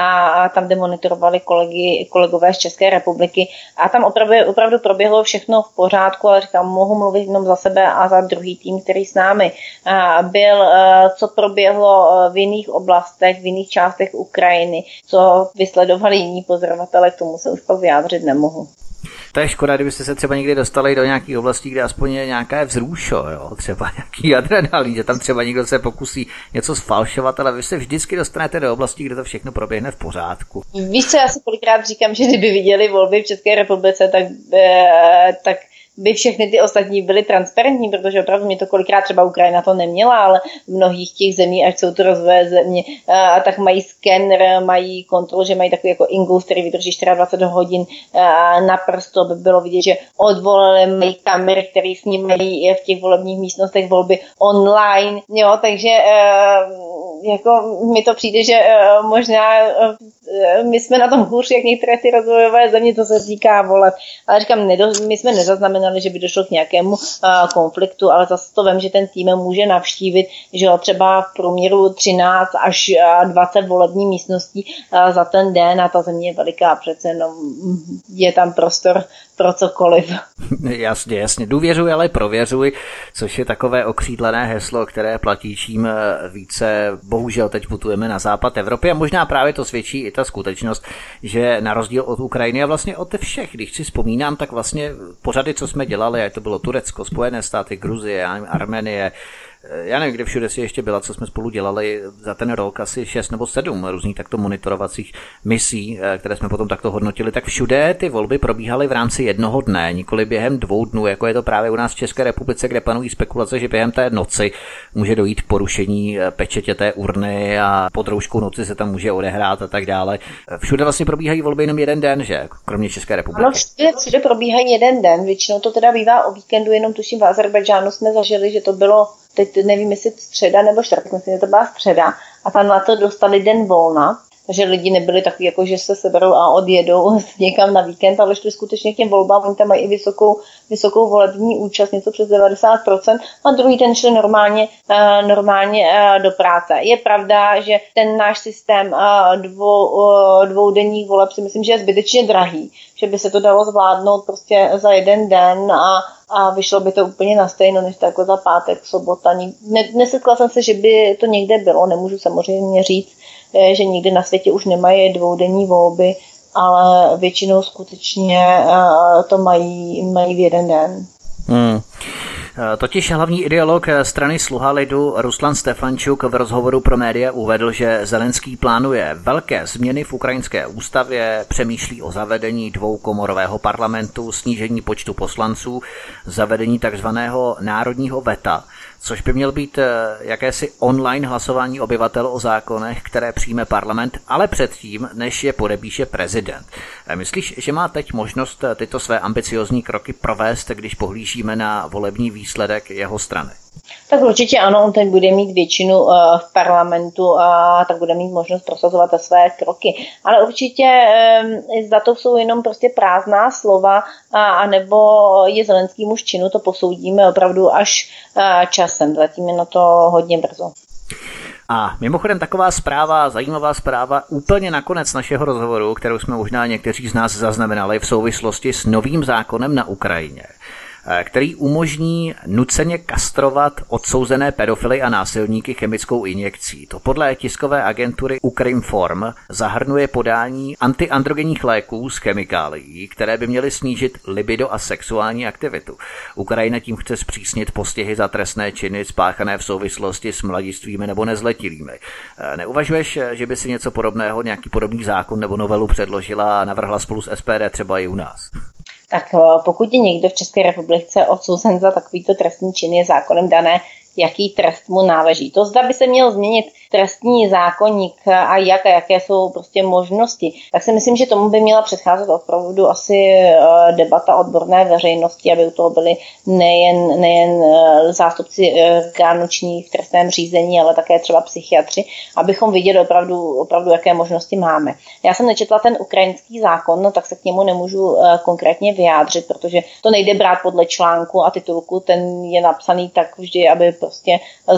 a tam, kde monitorovali kolegové z České republiky a tam opravdu proběhlo všechno v pořádku, ale říkám, mohu mluvit jenom za sebe a za druhý tým, který s námi byl, co proběhlo v jiných oblastech, v jiných částech Ukrajiny, co vysledovali jiní pozorovatele, k tomu se už pak vyjádřit nemohu. To je škoda, kdybyste se třeba někdy dostali do nějakých oblastí, kde aspoň je nějaké vzrušo, jo? Třeba nějaký adrenalin, že tam třeba někdo se pokusí něco sfalšovat, ale vy se vždycky dostanete do oblastí, kde to všechno proběhne v pořádku. Víš co, já si kolikrát říkám, že kdyby viděli volby v České republice, tak by všechny ty ostatní byly transparentní, protože opravdu mě to kolikrát třeba Ukrajina to neměla, ale v mnohých těch zemí, ať jsou to rozvoje země, tak mají skener, mají kontrolu, že mají takový jako Ingus, který vydrží 24 hodin naprosto, by bylo vidět, že odvolali, mají kamery, které snímají v těch volebních místnostech volby online, jo, takže jako mi to přijde, že možná my jsme na tom hůř, jak některé ty rozvojové země, co se týká voleb. Ale říkám, my jsme nezaznamenali, že by došlo k nějakému konfliktu, ale zase to vím, že ten tým může navštívit, že třeba v průměru 13 až 20 volební místností za ten den a ta země je veliká, přece jenom je tam prostor pro cokoliv. Jasně, důvěřuj, ale prověřuj, což je takové okřídlené heslo, které platí čím více, bohužel teď putujeme na západ Evropy a možná právě to svědčí i ta skutečnost, že na rozdíl od Ukrajiny a vlastně od všech, když si vzpomínám, tak vlastně pořady, co jsme dělali, a to bylo Turecko, Spojené státy, Gruzie, Arménie, já nevím, kde všude si ještě byla, co jsme spolu dělali za ten rok, asi 6 nebo 7 různých takto monitorovacích misí, které jsme potom takto hodnotili, tak všude ty volby probíhaly v rámci jednoho dne, nikoli během 2 dnů, jako je to právě u nás v České republice, kde panují spekulace, že během té noci může dojít k porušení pečetě té urny a pod rouškou noci se tam může odehrát a tak dále. Všude vlastně probíhají volby jenom jeden den, že? Kromě České republiky. Ano, všude probíhají jeden den, většinou to teda bývá o víkendu, jenom tuším v Azerbajdžánu jsme zažili, že to bylo teď nevím, jestli středa nebo čtvrtek, myslím, že to byla středa a tam na to dostali den volna, takže lidi nebyli takový, jako že se seberou a odjedou někam na víkend, ale šli skutečně k těm volbám, oni tam mají i vysokou volební účast, něco přes 90% a druhý den šli normálně do práce. Je pravda, že ten náš systém dvoudenních voleb si myslím, že je zbytečně drahý, že by se to dalo zvládnout prostě za jeden den a vyšlo by to úplně na stejno, než to jako za pátek, sobota. Nesetkala jsem se, že by to někde bylo, nemůžu samozřejmě říct, že nikdy na světě už nemají dvoudenní volby, ale většinou skutečně to mají v jeden den. Totiž hlavní ideolog strany Sluha lidu Ruslan Stefančuk v rozhovoru pro média uvedl, že Zelenský plánuje velké změny v ukrajinské ústavě, přemýšlí o zavedení dvoukomorového parlamentu, snížení počtu poslanců, zavedení takzvaného národního veta, což by měl být jakési online hlasování obyvatel o zákonech, které přijme parlament, ale předtím, než je podepíše prezident. Myslíš, že má teď možnost tyto své ambiciozní kroky provést, když pohlížíme na volební výsledek jeho strany? Tak určitě ano, on teď bude mít většinu v parlamentu a tak bude mít možnost prosazovat své kroky. Ale určitě za to jsou jenom prostě prázdná slova, anebo je Zelenský muž činu, to posoudíme opravdu až časem. Zatím je na to hodně brzo. A mimochodem taková zpráva, zajímavá zpráva, úplně nakonec našeho rozhovoru, kterou jsme možná někteří z nás zaznamenali v souvislosti s novým zákonem na Ukrajině, který umožní nuceně kastrovat odsouzené pedofily a násilníky chemickou injekcí. To podle tiskové agentury Ukrinform zahrnuje podání antiandrogenních léků s chemikálií, které by měly snížit libido a sexuální aktivitu. Ukrajina tím chce zpřísnit postihy za trestné činy spáchané v souvislosti s mladistvými nebo nezletilými. Neuvažuješ, že by si něco podobného, nějaký podobný zákon nebo novelu předložila a navrhla spolu s SPD třeba i u nás? Tak pokud je někdo v České republice odsouzen za takovýto trestný čin, je zákonem dané, jaký trest mu náleží. To zda by se měl změnit trestní zákoník a jaké jsou prostě možnosti, tak si myslím, že tomu by měla předcházet opravdu asi debata odborné veřejnosti, aby u toho byli nejen zástupci orgánů v trestném řízení, ale také třeba psychiatři, abychom viděli opravdu jaké možnosti máme. Já jsem nečetla ten ukrajinský zákon, no, tak se k němu nemůžu konkrétně vyjádřit, protože to nejde brát podle článku a titulku, ten je napsaný tak vždy, aby prostě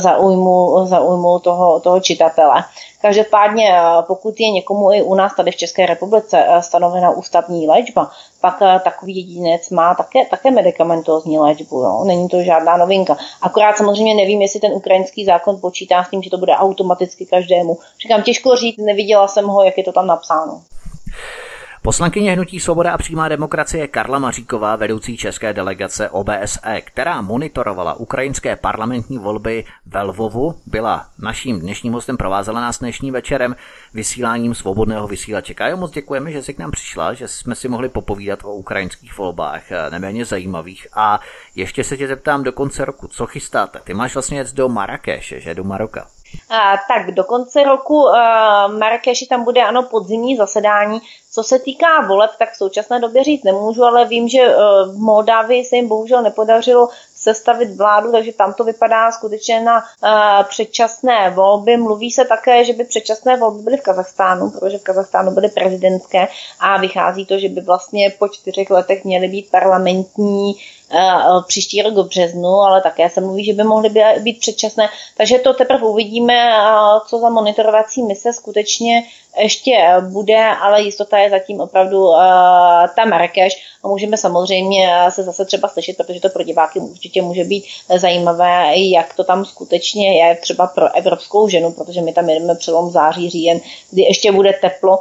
zaujmul tohočitatele. Každopádně, pokud je někomu i u nás tady v České republice stanovena ústavní léčba, pak takový jedinec má také medikamentózní léčbu. Jo? Není to žádná novinka. Akorát samozřejmě nevím, jestli ten ukrajinský zákon počítá s tím, že to bude automaticky každému. Říkám, těžko říct, neviděla jsem ho, jak je to tam napsáno. Poslankyně Hnutí Svoboda a přímá demokracie Karla Maříková, vedoucí české delegace OBSE, která monitorovala ukrajinské parlamentní volby ve Lvovu, byla naším dnešním hostem, provázela nás dnešním večerem vysíláním Svobodného vysílače. Kájo, moc děkujeme, že jsi k nám přišla, že jsme si mohli popovídat o ukrajinských volbách, neméně zajímavých. A ještě se tě zeptám do konce roku, co chystáte? Ty máš vlastně jet do Marrakeše, že do Maroka? Tak do konce roku Marrakeši tam bude podzimní zasedání. Co se týká voleb, tak v současné době říct nemůžu, ale vím, že v Moldávii se jim bohužel nepodařilo sestavit vládu, takže tam to vypadá skutečně na předčasné volby. Mluví se také, že by předčasné volby byly v Kazachstánu, protože v Kazachstánu byly prezidentské a vychází to, že by vlastně po 4 letech měly být parlamentní příští rok v březnu, ale také se mluví, že by mohly být předčasné. Takže to teprve uvidíme, co za monitorovací mise skutečně ještě bude, ale jistota je zatím opravdu ta Marrákeš a můžeme samozřejmě se zase třeba slyšet, protože to pro diváky určitě může být zajímavé, jak to tam skutečně je třeba pro evropskou ženu, protože my tam jedeme přelom září, říjen, kdy ještě bude teplo,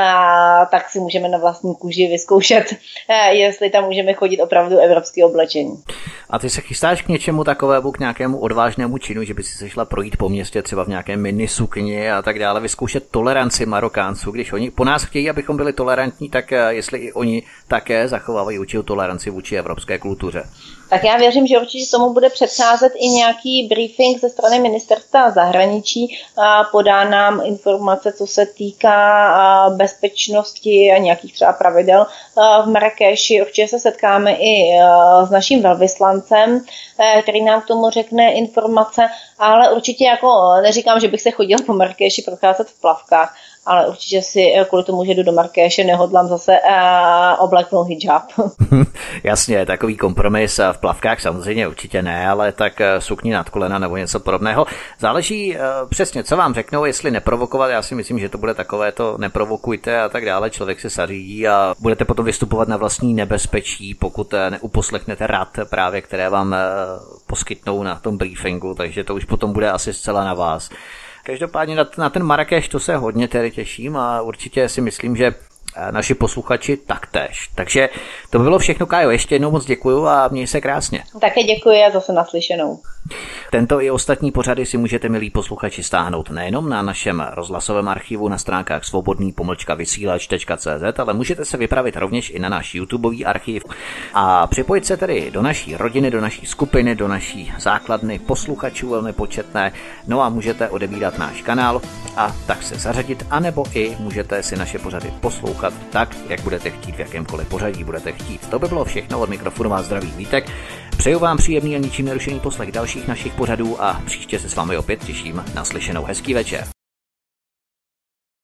tak si můžeme na vlastní kůži vyzkoušet, jestli tam můžeme chodit opravdu evropské oblečení. A ty se chystáš k něčemu takovému, k nějakému odvážnému činu, že by si se šla projít po městě třeba v nějaké minisukni a tak dále, vyzkoušet toleranci Marokánců, když oni po nás chtějí, abychom byli tolerantní, tak jestli i oni také zachovávají určitou toleranci vůči evropské kultuře. Tak já věřím, že určitě tomu bude předcházet i nějaký briefing ze strany ministerstva zahraničí. Podá nám informace, co se týká bezpečnosti a nějakých třeba pravidel v Marrákeši. Určitě se setkáme i s naším velvyslancem, který nám k tomu řekne informace, ale určitě jako neříkám, že bych se chodil po Marrákeši procházet v plavkách, ale určitě si kvůli tomu, že jdu do Marrákeše, nehodlám zase obleknout hijab. Jasně, takový kompromis v plavkách samozřejmě určitě ne, ale tak sukni nad kolena nebo něco podobného. Záleží přesně, co vám řeknou, jestli neprovokovat. Já si myslím, že to bude takové to neprovokujte a tak dále. Člověk se zařídí a budete potom vystupovat na vlastní nebezpečí, pokud neuposlechnete rad právě, které vám poskytnou na tom briefingu, takže to už potom bude asi zcela na vás. Každopádně na ten Marrákeš to se hodně tedy těším a určitě si myslím, že naši posluchači taktéž. Takže to by bylo všechno, Kájo. Ještě jednou moc děkuju a měj se krásně. Také děkuji a zase naslyšenou. Tento i ostatní pořady si můžete, milí posluchači, stáhnout nejenom na našem rozhlasovém archivu na stránkách svobodný-vysílač.cz, ale můžete se vypravit rovněž i na náš YouTubeový archiv a připojit se tedy do naší rodiny, do naší skupiny, do naší základny posluchačů velmi početné. No a můžete odebírat náš kanál a tak se zařadit, anebo i můžete si naše pořady poslouchat tak, jak budete chtít, v jakémkoliv pořadí budete chtít. To by bylo všechno, od mikrofonu vás zdraví Vítek. Přeju vám příjemný a ničím nerušený poslech dalších našich pořadů a příště se s vámi opět těším. Naslyšenou, hezký večer.